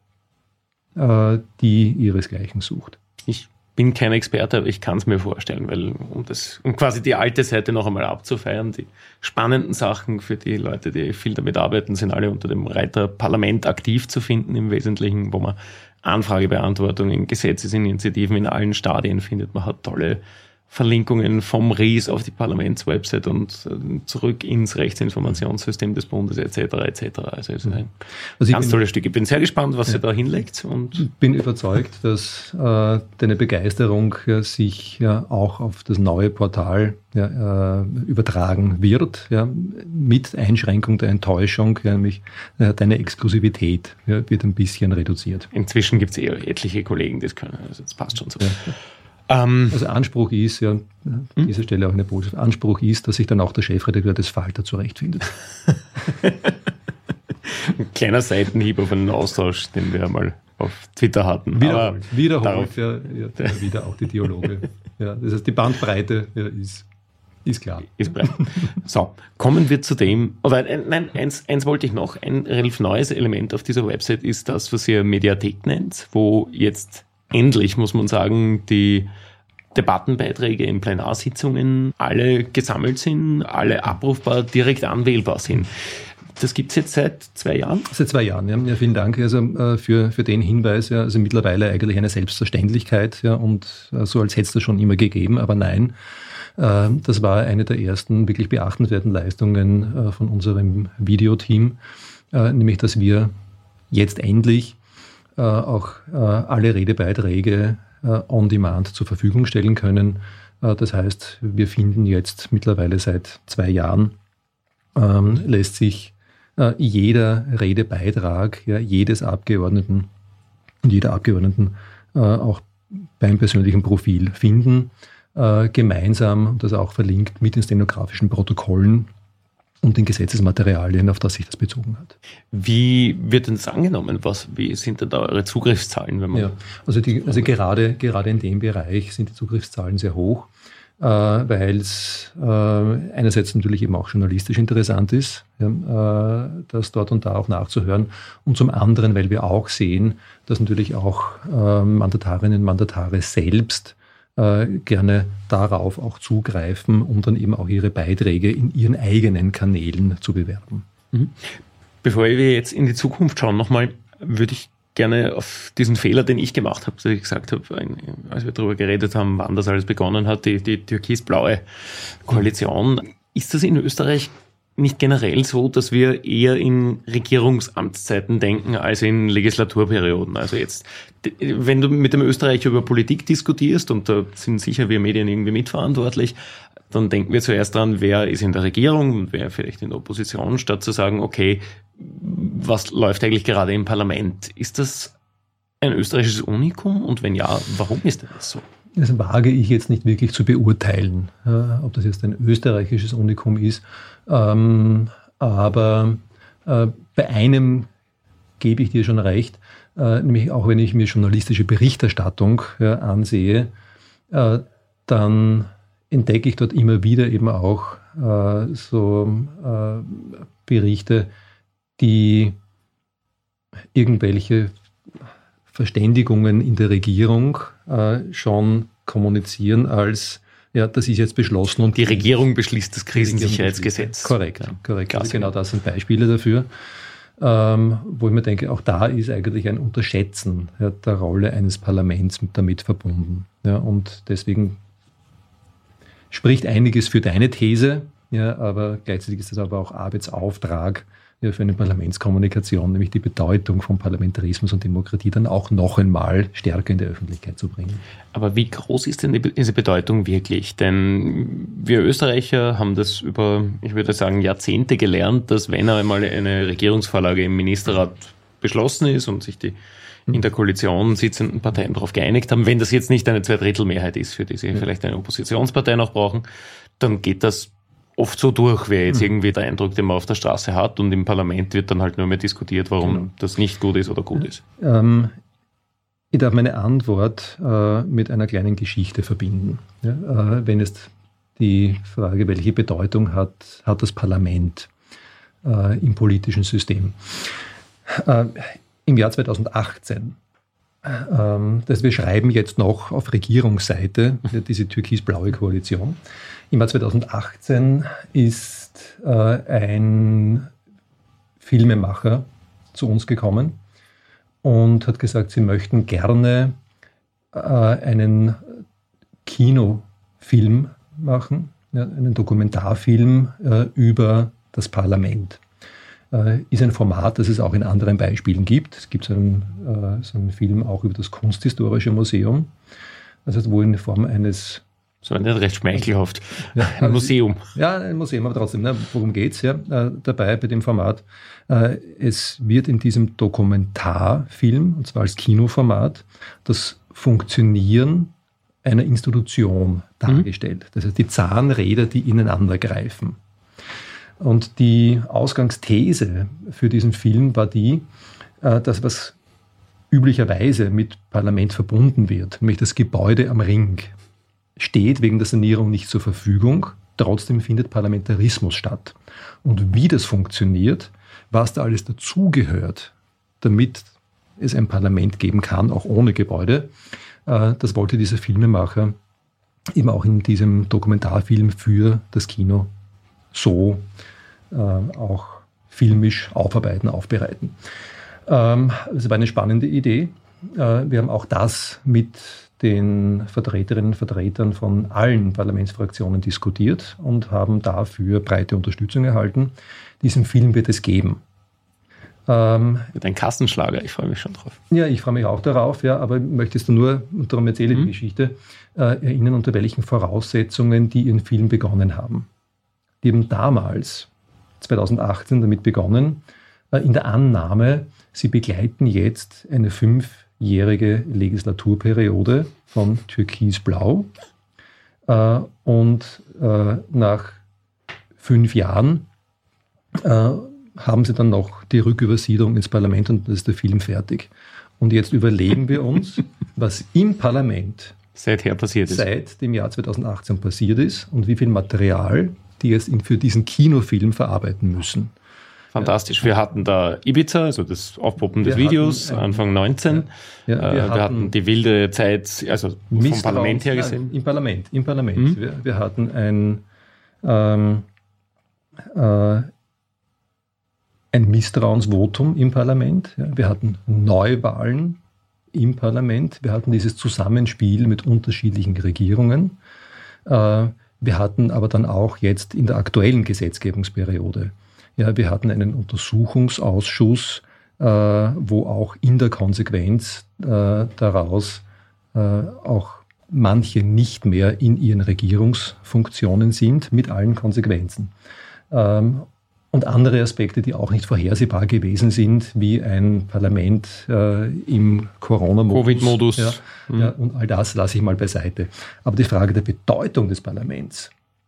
die ihresgleichen sucht. Ich bin kein Experte, aber ich kann es mir vorstellen, weil um das, um quasi die alte Seite noch einmal abzufeiern, die spannenden Sachen für die Leute, die viel damit arbeiten, sind alle unter dem Reiter Parlament aktiv zu finden im Wesentlichen, wo man Anfragebeantwortungen, Gesetzesinitiativen in allen Stadien findet. Man hat tolle Verlinkungen vom R I S auf die Parlamentswebsite und zurück ins Rechtsinformationssystem des Bundes et cetera et cetera. Also es ist ein also ganz bin, tolles Stück. Ich bin sehr gespannt, was ja, ihr da hinlegt. Und ich bin überzeugt, dass äh, deine Begeisterung ja, sich ja auch auf das neue Portal ja, äh, übertragen wird, ja, mit Einschränkung der Enttäuschung, ja, nämlich äh, deine Exklusivität ja, wird ein bisschen reduziert. Inzwischen gibt es eh etliche Kollegen, die das können. Also das passt schon so. Ja. Also Anspruch ist, ja, an dieser Stelle auch eine Botschaft, Anspruch ist, dass sich dann auch der Chefredakteur des Falter zurechtfindet. Ein kleiner Seitenhieb auf einen Austausch, den wir mal auf Twitter hatten. Wiederholt, Aber wiederholt ja, ja, wieder auch die Dialoge. Ja, das heißt, die Bandbreite ja, ist, ist klar. Ist breit. So, kommen wir zu dem, oder nein, eins, eins wollte ich noch, ein relativ neues Element auf dieser Website ist das, was ihr Mediathek nennt, wo jetzt endlich, muss man sagen, die Debattenbeiträge in Plenarsitzungen alle gesammelt sind, alle abrufbar, direkt anwählbar sind. Das gibt es jetzt seit zwei Jahren? Seit zwei Jahren, ja. ja vielen Dank also, äh, für, für den Hinweis. Ja. Also mittlerweile eigentlich eine Selbstverständlichkeit ja, und äh, so als hätte es das schon immer gegeben, aber nein. Äh, das war eine der ersten wirklich beachtenswerten Leistungen äh, von unserem Videoteam, äh, nämlich dass wir jetzt endlich äh, auch äh, alle Redebeiträge on demand zur Verfügung stellen können. Das heißt, wir finden jetzt mittlerweile seit zwei Jahren, ähm, lässt sich äh, jeder Redebeitrag ja, jedes Abgeordneten und jeder Abgeordneten äh, auch beim persönlichen Profil finden, äh, gemeinsam, und das auch verlinkt, mit den stenografischen Protokollen und den Gesetzesmaterialien, auf das sich das bezogen hat. Wie wird denn das angenommen? Was, wie sind denn da eure Zugriffszahlen? Wenn man ja, also die, also gerade, gerade in dem Bereich sind die Zugriffszahlen sehr hoch, äh, weil es äh, einerseits natürlich eben auch journalistisch interessant ist, ja, äh, das dort und da auch nachzuhören, und zum anderen, weil wir auch sehen, dass natürlich auch äh, Mandatarinnen und Mandatare selbst Äh, gerne darauf auch zugreifen, um dann eben auch ihre Beiträge in ihren eigenen Kanälen zu bewerben. Mhm. Bevor wir jetzt in die Zukunft schauen, nochmal würde ich gerne auf diesen Fehler, den ich gemacht habe, dass ich gesagt habe, als wir darüber geredet haben, wann das alles begonnen hat, die, die türkis-blaue Koalition. Ist das in Österreich nicht generell so, dass wir eher in Regierungsamtszeiten denken als in Legislaturperioden? Also jetzt, wenn du mit dem Österreicher über Politik diskutierst, und da sind sicher wir Medien irgendwie mitverantwortlich, dann denken wir zuerst dran, wer ist in der Regierung und wer vielleicht in der Opposition, statt zu sagen, okay, was läuft eigentlich gerade im Parlament? Ist das ein österreichisches Unikum? Und wenn ja, warum ist das so? Das wage ich jetzt nicht wirklich zu beurteilen, äh, ob das jetzt ein österreichisches Unikum ist. Ähm, aber äh, bei einem gebe ich dir schon recht, äh, nämlich auch wenn ich mir journalistische Berichterstattung äh, ansehe, äh, dann entdecke ich dort immer wieder eben auch äh, so äh, Berichte, die irgendwelche Verständigungen in der Regierung äh, schon kommunizieren als, ja, das ist jetzt beschlossen. Und die Regierung beschließt das Krisensicherheitsgesetz. Korrekt, ja, korrekt. Also genau das sind Beispiele dafür, ähm, wo ich mir denke, auch da ist eigentlich ein Unterschätzen ja, der Rolle eines Parlaments damit verbunden. Ja, und deswegen spricht einiges für deine These, ja, aber gleichzeitig ist das aber auch Arbeitsauftrag ja, für eine Parlamentskommunikation, nämlich die Bedeutung von Parlamentarismus und Demokratie dann auch noch einmal stärker in der Öffentlichkeit zu bringen. Aber wie groß ist denn diese Bedeutung wirklich? Denn wir Österreicher haben das über, ich würde sagen, Jahrzehnte gelernt, dass wenn einmal eine Regierungsvorlage im Ministerrat beschlossen ist und sich die in der Koalition sitzenden Parteien darauf geeinigt haben, wenn das jetzt nicht eine Zweidrittelmehrheit ist, für die sie vielleicht eine Oppositionspartei noch brauchen, dann geht das oft so durch, wäre jetzt irgendwie der Eindruck, den man auf der Straße hat, und im Parlament wird dann halt nur mehr diskutiert, warum genau. das nicht gut ist oder gut ist. Ähm, ich darf meine Antwort äh, mit einer kleinen Geschichte verbinden. Ja, äh, wenn es die Frage, welche Bedeutung hat, hat das Parlament äh, im politischen System. Äh, Im Jahr zweitausendachtzehn, ähm, das wir schreiben jetzt noch auf Regierungsseite, diese türkis-blaue Koalition. Im Jahr zweitausendachtzehn ist äh, ein Filmemacher zu uns gekommen und hat gesagt, sie möchten gerne äh, einen Kinofilm machen, ja, einen Dokumentarfilm äh, über das Parlament. Äh, ist ein Format, das es auch in anderen Beispielen gibt. Es gibt so einen, äh, so einen Film auch über das Kunsthistorische Museum, also wo in Form eines So nicht recht schmeichelhaft. Ja, ein Museum. Ja, ein Museum, aber trotzdem, ne, worum geht es ja, äh, dabei bei dem Format? Äh, es wird in diesem Dokumentarfilm, und zwar als Kinoformat, das Funktionieren einer Institution dargestellt. Mhm. Das heißt, die Zahnräder, die ineinander greifen. Und die Ausgangsthese für diesen Film war die, äh, dass was üblicherweise mit Parlament verbunden wird, nämlich das Gebäude am Ring, steht wegen der Sanierung nicht zur Verfügung. Trotzdem findet Parlamentarismus statt. Und wie das funktioniert, was da alles dazugehört, damit es ein Parlament geben kann, auch ohne Gebäude, das wollte dieser Filmemacher eben auch in diesem Dokumentarfilm für das Kino so äh, auch filmisch aufarbeiten, aufbereiten. Ähm, das war eine spannende Idee. Äh, wir haben auch das mit den Vertreterinnen und Vertretern von allen Parlamentsfraktionen diskutiert und haben dafür breite Unterstützung erhalten. Diesen Film wird es geben. Ähm, Mit einem Kassenschlager, ich freue mich schon drauf. Ja, ich freue mich auch darauf, ja, aber möchtest du nur, und darum erzähle ich mhm. die Geschichte, äh, erinnern, unter welchen Voraussetzungen die ihren Film begonnen haben. Die haben damals, zweitausendachtzehn, damit begonnen, äh, in der Annahme, sie begleiten jetzt eine fünfjährige Legislaturperiode von Türkisblau äh, und äh, nach fünf Jahren äh, haben sie dann noch die Rückübersiedlung ins Parlament und dann ist der Film fertig. Und jetzt überlegen wir uns, was im Parlament seither passiert ist. Seit dem Jahr zweitausendachtzehn passiert ist und wie viel Material die jetzt für diesen Kinofilm verarbeiten müssen. Fantastisch. Wir hatten da Ibiza, also das Aufpoppen des wir Videos, ein, Anfang neunzehn. Ja, ja, wir, wir hatten, hatten die wilde Zeit, also vom Parlament her gesehen. Nein, Im Parlament, im Parlament. Mhm. Wir, wir hatten ein ähm, äh, ein Misstrauensvotum im Parlament. Wir hatten Neuwahlen im Parlament. Wir hatten dieses Zusammenspiel mit unterschiedlichen Regierungen. Wir hatten aber dann auch jetzt in der aktuellen Gesetzgebungsperiode, ja, wir hatten einen Untersuchungsausschuss, wo auch in der Konsequenz daraus auch manche nicht mehr in ihren Regierungsfunktionen sind, mit allen Konsequenzen. Und andere Aspekte, die auch nicht vorhersehbar gewesen sind, wie ein Parlament äh, im Corona-Modus. Covid-Modus. Ja, mhm. ja, und all das lasse ich mal beiseite. Aber die Frage der Bedeutung des Parlaments,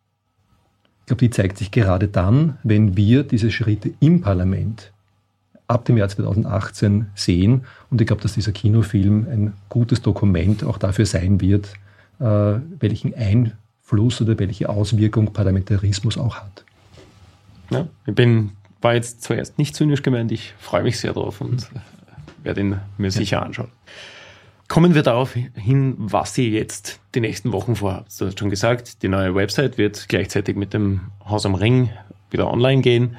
ich glaube, die zeigt sich gerade dann, wenn wir diese Schritte im Parlament ab dem Jahr zweitausendachtzehn sehen. Und ich glaube, dass dieser Kinofilm ein gutes Dokument auch dafür sein wird, äh, welchen Einfluss oder welche Auswirkung Parlamentarismus auch hat. Ja, ich bin, war jetzt zuerst nicht zynisch gemeint, ich freue mich sehr drauf und werde ihn mir sicher anschauen. Kommen wir darauf hin, was ihr jetzt die nächsten Wochen vorhabt. Du hast schon gesagt, die neue Website wird gleichzeitig mit dem Haus am Ring wieder online gehen.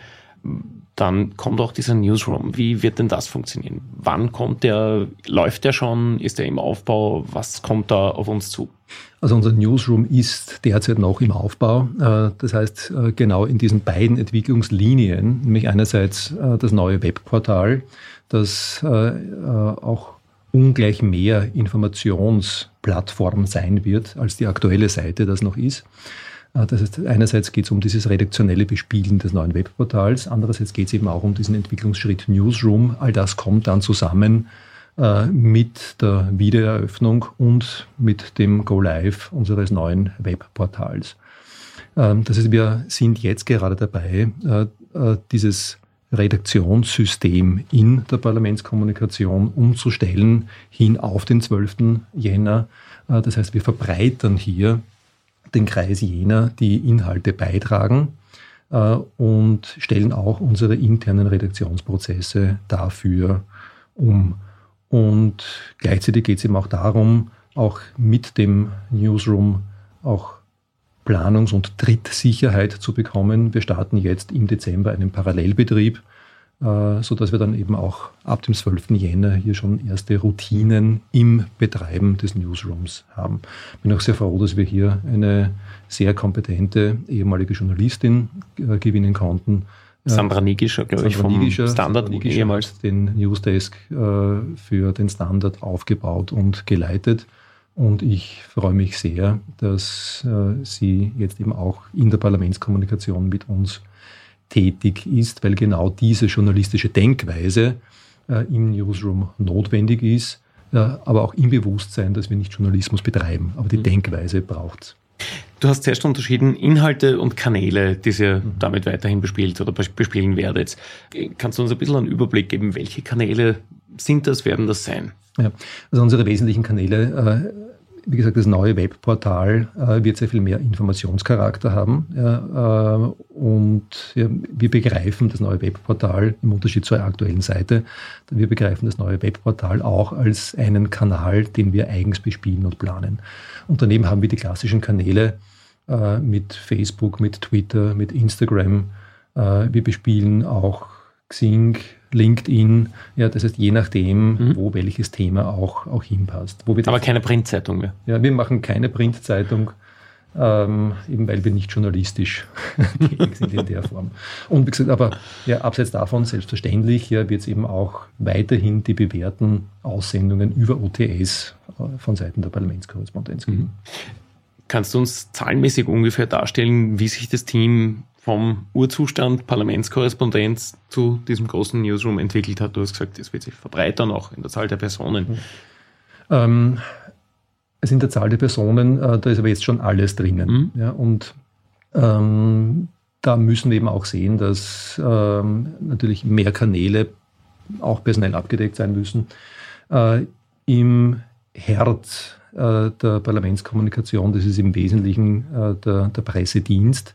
Dann kommt auch dieser Newsroom. Wie wird denn das funktionieren? Wann kommt der? Läuft der schon? Ist der im Aufbau? Was kommt da auf uns zu? Also unser Newsroom ist derzeit noch im Aufbau. Das heißt, genau in diesen beiden Entwicklungslinien, nämlich einerseits das neue Webportal, das auch ungleich mehr Informationsplattform sein wird, als die aktuelle Seite das noch ist. Das heißt, einerseits geht es um dieses redaktionelle Bespielen des neuen Webportals, andererseits geht es eben auch um diesen Entwicklungsschritt Newsroom. All das kommt dann zusammen äh, mit der Wiedereröffnung und mit dem Go-Live unseres neuen Webportals. Ähm, das heißt, wir sind jetzt gerade dabei, äh, äh, dieses Redaktionssystem in der Parlamentskommunikation umzustellen hin auf den zwölften Jänner. Äh, das heißt, wir verbreitern hier den Kreis jener, die Inhalte beitragen äh, und stellen auch unsere internen Redaktionsprozesse dafür um. Und gleichzeitig geht es eben auch darum, auch mit dem Newsroom auch Planungs- und Trittsicherheit zu bekommen. Wir starten jetzt im Dezember einen Parallelbetrieb, äh, sodass wir dann eben auch ab dem zwölften Jänner hier schon erste Routinen im Betreiben des Newsrooms haben. Ich bin auch sehr froh, dass wir hier eine sehr kompetente ehemalige Journalistin äh, gewinnen konnten. Sandra Nigischer, glaube ich, vom Nigischer, Standard Nigischer ehemals. Den Newsdesk äh, für den Standard aufgebaut und geleitet. Und ich freue mich sehr, dass äh, sie jetzt eben auch in der Parlamentskommunikation mit uns tätig ist, weil genau diese journalistische Denkweise äh, im Newsroom notwendig ist, äh, aber auch im Bewusstsein, dass wir nicht Journalismus betreiben, aber die mhm. Denkweise braucht es. Du hast zuerst unterschieden Inhalte und Kanäle, die ihr mhm. damit weiterhin bespielt oder bespielen werdet. Kannst du uns ein bisschen einen Überblick geben, welche Kanäle sind das, werden das sein? Ja, also unsere wesentlichen Kanäle, äh, wie gesagt, das neue Webportal äh, wird sehr viel mehr Informationscharakter haben. Ja, äh, und ja, wir begreifen das neue Webportal im Unterschied zur aktuellen Seite, wir begreifen das neue Webportal auch als einen Kanal, den wir eigens bespielen und planen. Und daneben haben wir die klassischen Kanäle äh, mit Facebook, mit Twitter, mit Instagram. Äh, wir bespielen auch Xing, LinkedIn, ja, das heißt je nachdem, mhm. wo welches Thema auch, auch hinpasst. Wo wir Aber keine Printzeitung mehr? Ja, wir machen keine Printzeitung, ähm, eben weil wir nicht journalistisch tätig sind in der Form. Und wie gesagt, aber ja, abseits davon, selbstverständlich, ja, wird es eben auch weiterhin die bewährten Aussendungen über O T S äh, von Seiten der Parlamentskorrespondenz geben. Mhm. Kannst du uns zahlenmäßig ungefähr darstellen, wie sich das Team vom Urzustand Parlamentskorrespondenz zu diesem großen Newsroom entwickelt hat? Du hast gesagt, es wird sich verbreitern, auch in der Zahl der Personen. Mhm. Ähm, es in der Zahl der Personen, äh, da ist aber jetzt schon alles drinnen. Mhm. Ja, und ähm, da müssen wir eben auch sehen, dass ähm, natürlich mehr Kanäle auch personell abgedeckt sein müssen. Äh, Im Herz äh, der Parlamentskommunikation, das ist im Wesentlichen äh, der, der Pressedienst,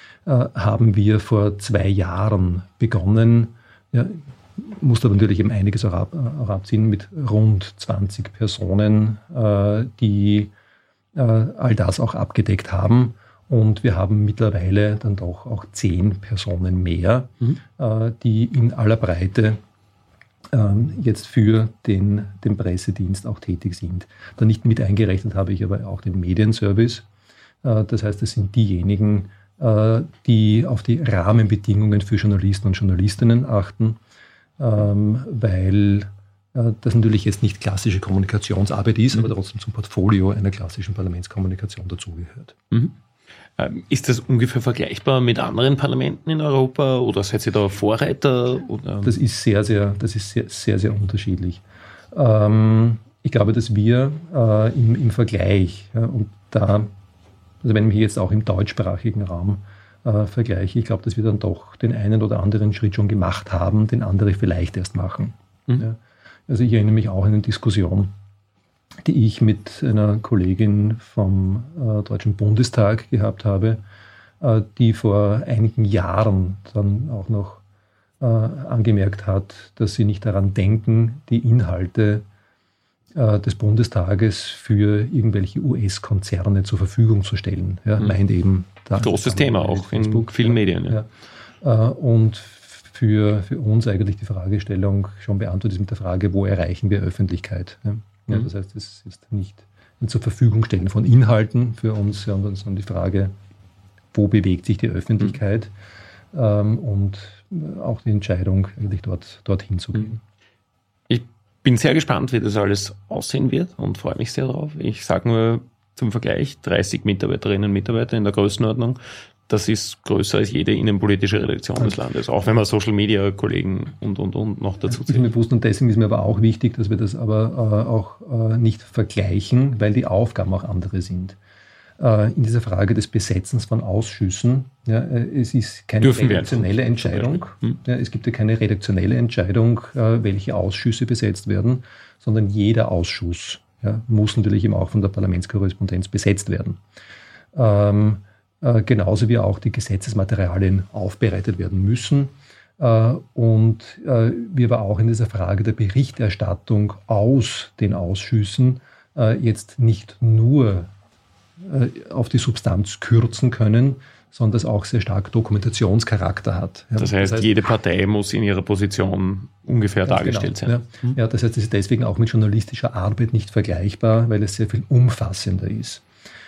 haben wir vor zwei Jahren begonnen, ja, musste aber natürlich eben einiges auch, ab, auch abziehen, mit rund zwanzig Personen, äh, die äh, all das auch abgedeckt haben. Und wir haben mittlerweile dann doch auch zehn Personen mehr, mhm. äh, die in aller Breite äh, jetzt für den, den Pressedienst auch tätig sind. Da nicht mit eingerechnet habe ich aber auch den Medienservice. Äh, das heißt, das sind diejenigen, die auf die Rahmenbedingungen für Journalisten und Journalistinnen achten, weil das natürlich jetzt nicht klassische Kommunikationsarbeit ist, mhm. aber trotzdem zum Portfolio einer klassischen Parlamentskommunikation dazugehört. Mhm. Ist das ungefähr vergleichbar mit anderen Parlamenten in Europa oder seid ihr da Vorreiter? Oder? Das ist sehr, sehr, das ist sehr, sehr, sehr unterschiedlich. Ich glaube, dass wir im, im Vergleich, und da Also wenn ich mich jetzt auch im deutschsprachigen Raum äh, vergleiche, ich glaube, dass wir dann doch den einen oder anderen Schritt schon gemacht haben, den andere vielleicht erst machen. Mhm. Ja. Also ich erinnere mich auch an eine Diskussion, die ich mit einer Kollegin vom äh, Deutschen Bundestag gehabt habe, äh, die vor einigen Jahren dann auch noch äh, angemerkt hat, dass sie nicht daran denken, die Inhalte des Bundestages für irgendwelche U S-Konzerne zur Verfügung zu stellen. Ja, mhm. meint eben da großes Thema auch Facebook, in vielen Medien. Ja. Ja. Und für, für uns eigentlich die Fragestellung schon beantwortet ist mit der Frage, wo erreichen wir Öffentlichkeit? Ja. Ja, mhm. Das heißt, es ist nicht ein zur Verfügung stellen von Inhalten für uns, sondern, sondern die Frage, wo bewegt sich die Öffentlichkeit mhm. ähm, und auch die Entscheidung eigentlich dort, dorthin zu gehen. Ich bin sehr gespannt, wie das alles aussehen wird und freue mich sehr drauf. Ich sage nur zum Vergleich, dreißig Mitarbeiterinnen und Mitarbeiter in der Größenordnung. Das ist größer als jede innenpolitische Redaktion des Landes, auch wenn man Social-Media-Kollegen und, und, und noch dazu zählt. Das ist mir bewusst und deswegen ist mir aber auch wichtig, dass wir das aber äh, auch äh, nicht vergleichen, weil die Aufgaben auch andere sind. Äh, in dieser Frage des Besetzens von Ausschüssen, ja, äh, es ist keine Dürfen redaktionelle Entscheidung. Hm? Ja, es gibt ja keine redaktionelle Entscheidung, äh, welche Ausschüsse besetzt werden, sondern jeder Ausschuss ja, muss natürlich eben auch von der Parlamentskorrespondenz besetzt werden. Ähm, äh, genauso wie auch die Gesetzesmaterialien aufbereitet werden müssen. Äh, und äh, wir aber auch in dieser Frage der Berichterstattung aus den Ausschüssen äh, jetzt nicht nur auf die Substanz kürzen können, sondern das auch sehr stark Dokumentationscharakter hat. Ja, das, heißt, das heißt, jede Partei muss in ihrer Position ungefähr dargestellt genau, sein. Ja. ja, das heißt, es ist deswegen auch mit journalistischer Arbeit nicht vergleichbar, weil es sehr viel umfassender ist.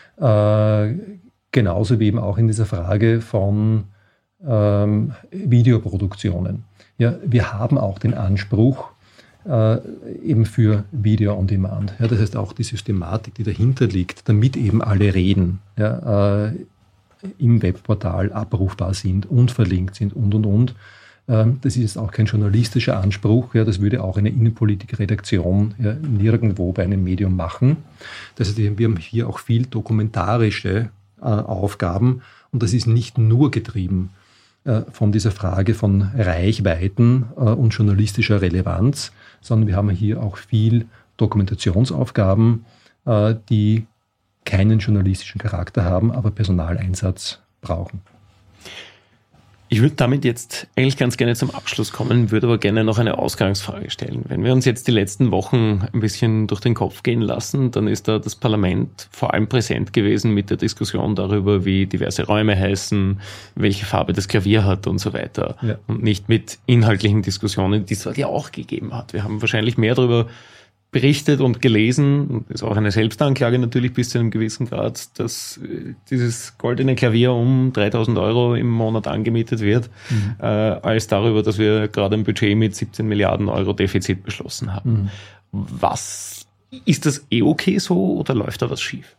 Äh, genauso wie eben auch in dieser Frage von ähm, Videoproduktionen. Ja, wir haben auch den Anspruch, Äh, eben für Video on Demand. Ja, das heißt auch die Systematik, die dahinter liegt, damit eben alle Reden ja, äh, im Webportal abrufbar sind und verlinkt sind und, und, und. Ähm, das ist auch kein journalistischer Anspruch. Ja, das würde auch eine Innenpolitik-Redaktion ja, nirgendwo bei einem Medium machen. Das heißt, wir haben hier auch viel dokumentarische äh, Aufgaben. Und das ist nicht nur getrieben äh, von dieser Frage von Reichweiten äh, und journalistischer Relevanz, sondern wir haben hier auch viel Dokumentationsaufgaben, äh, die keinen journalistischen Charakter haben, aber Personaleinsatz brauchen. Ich würde damit jetzt eigentlich ganz gerne zum Abschluss kommen, würde aber gerne noch eine Ausgangsfrage stellen. Wenn wir uns jetzt die letzten Wochen ein bisschen durch den Kopf gehen lassen, dann ist da das Parlament vor allem präsent gewesen mit der Diskussion darüber, wie diverse Räume heißen, welche Farbe das Klavier hat und so weiter. Ja. Und nicht mit inhaltlichen Diskussionen, die es ja auch gegeben hat. Wir haben wahrscheinlich mehr darüber berichtet und gelesen, und das ist auch eine Selbstanklage natürlich bis zu einem gewissen Grad, dass dieses goldene Klavier um dreitausend Euro im Monat angemietet wird, mhm. äh, als darüber, dass wir gerade ein Budget mit siebzehn Milliarden Euro Defizit beschlossen haben. Mhm. Was, ist das eh okay so oder läuft da was schief?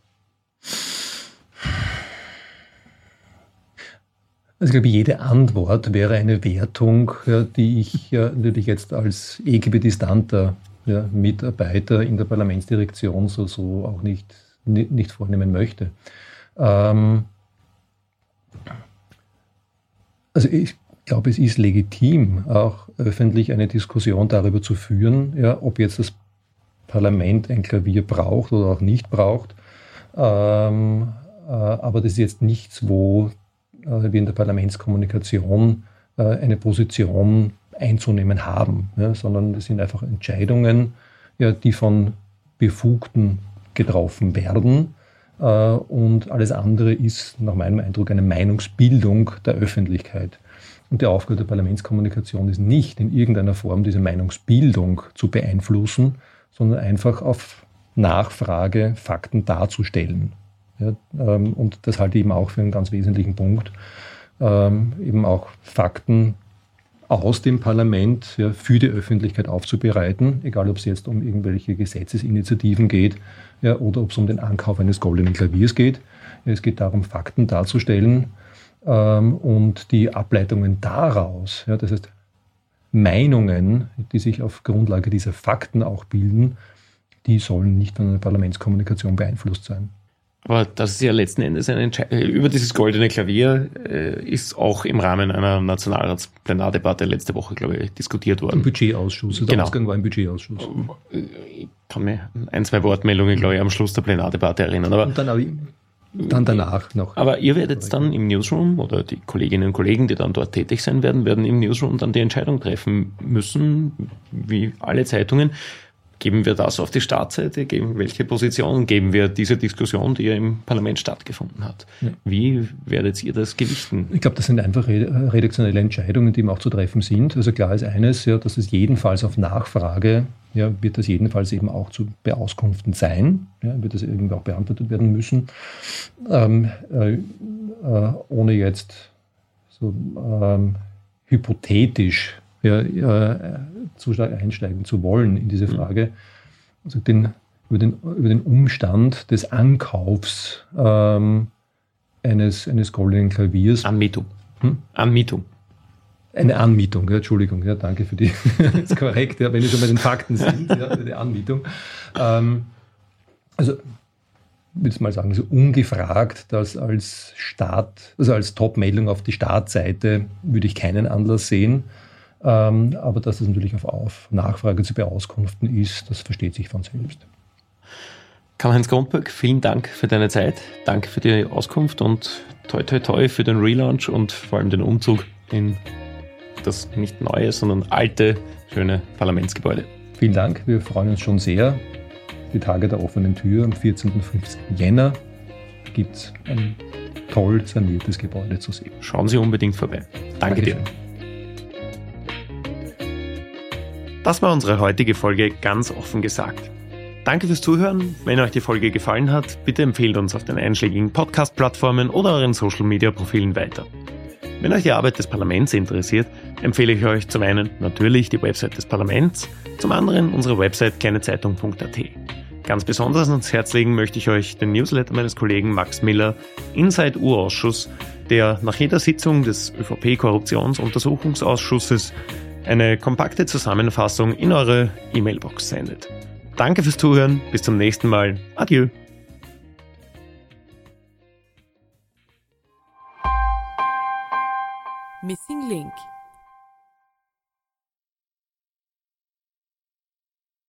Also ich glaube, jede Antwort wäre eine Wertung, ja, die ich ja, natürlich jetzt als äquidistanter Ja, Mitarbeiter in der Parlamentsdirektion so, so auch nicht, nicht, nicht vornehmen möchte. Ähm, also ich glaube, es ist legitim, auch öffentlich eine Diskussion darüber zu führen, ja, ob jetzt das Parlament ein Klavier braucht oder auch nicht braucht. Ähm, äh, aber das ist jetzt nichts, wo äh, wir in der Parlamentskommunikation äh, eine Position einzunehmen haben, ja, sondern es sind einfach Entscheidungen, ja, die von Befugten getroffen werden, äh, und alles andere ist nach meinem Eindruck eine Meinungsbildung der Öffentlichkeit. Und die Aufgabe der Parlamentskommunikation ist nicht in irgendeiner Form diese Meinungsbildung zu beeinflussen, sondern einfach auf Nachfrage Fakten darzustellen. Ja, ähm, und das halte ich eben auch für einen ganz wesentlichen Punkt, ähm, eben auch Fakten aus dem Parlament, ja, für die Öffentlichkeit aufzubereiten, egal ob es jetzt um irgendwelche Gesetzesinitiativen geht, ja, oder ob es um den Ankauf eines goldenen Klaviers geht. Ja, es geht darum, Fakten darzustellen, ähm, und die Ableitungen daraus, ja, das heißt Meinungen, die sich auf Grundlage dieser Fakten auch bilden, die sollen nicht von einer Parlamentskommunikation beeinflusst sein. Aber das ist ja letzten Endes eine Entscheidung. Über dieses goldene Klavier äh, ist auch im Rahmen einer Nationalratsplenardebatte letzte Woche, glaube ich, diskutiert worden. Im Budgetausschuss. Der genau. Ausgang war im Budgetausschuss. Ich kann mir ein, zwei Wortmeldungen, glaube ich, am Schluss der Plenardebatte erinnern. Aber und dann, auch, dann danach noch. Aber ihr werdet dann im Newsroom, oder die Kolleginnen und Kollegen, die dann dort tätig sein werden, werden im Newsroom dann die Entscheidung treffen müssen, wie alle Zeitungen. Geben wir das auf die Startseite? Geben, welche Position geben wir dieser Diskussion, die ja im Parlament stattgefunden hat? Ja. Wie werdet ihr das gewichten? Ich glaube, das sind einfach redaktionelle Entscheidungen, die eben auch zu treffen sind. Also klar ist eines, ja, dass es jedenfalls auf Nachfrage, ja, wird das jedenfalls eben auch zu beauskunften sein, ja, wird das irgendwie auch beantwortet werden müssen, ähm, äh, äh, ohne jetzt so ähm, hypothetisch Ja, äh, zu stark einsteigen zu wollen in diese Frage. Also den, über, den, über den Umstand des Ankaufs ähm, eines, eines goldenen Klaviers. Anmietung. Hm? Anmietung. Eine Anmietung, ja, Entschuldigung, ja, danke für die, das ist korrekt, ja, wenn wir schon bei den Fakten sind, ja, die Anmietung. Ähm, also, ich würde mal sagen, so ungefragt, dass als Start, also als Top-Meldung auf die Startseite würde ich keinen Anlass sehen. Ähm, aber dass es natürlich auf, auf Nachfrage zu Beauskunften ist, das versteht sich von selbst. Karl-Heinz Grundberg, vielen Dank für deine Zeit, danke für die Auskunft und toi toi toi für den Relaunch und vor allem den Umzug in das nicht neue, sondern alte, schöne Parlamentsgebäude. Vielen Dank, wir freuen uns schon sehr. Die Tage der offenen Tür am vierzehnten und fünfzehnten Jänner gibt es ein toll saniertes Gebäude zu sehen. Schauen Sie unbedingt vorbei. Danke Dankeschön. dir. Das war unsere heutige Folge ganz offen gesagt. Danke fürs Zuhören. Wenn euch die Folge gefallen hat, bitte empfehlt uns auf den einschlägigen Podcast-Plattformen oder euren Social-Media-Profilen weiter. Wenn euch die Arbeit des Parlaments interessiert, empfehle ich euch zum einen natürlich die Website des Parlaments, zum anderen unsere Website kleinezeitung punkt a t. Ganz besonders ans Herz legen möchte ich euch den Newsletter meines Kollegen Max Miller, Inside U-Ausschuss, der nach jeder Sitzung des ÖVP-Korruptionsuntersuchungsausschusses eine kompakte Zusammenfassung in eure E-Mail-Box sendet. Danke fürs Zuhören, bis zum nächsten Mal. Adieu. Missing Link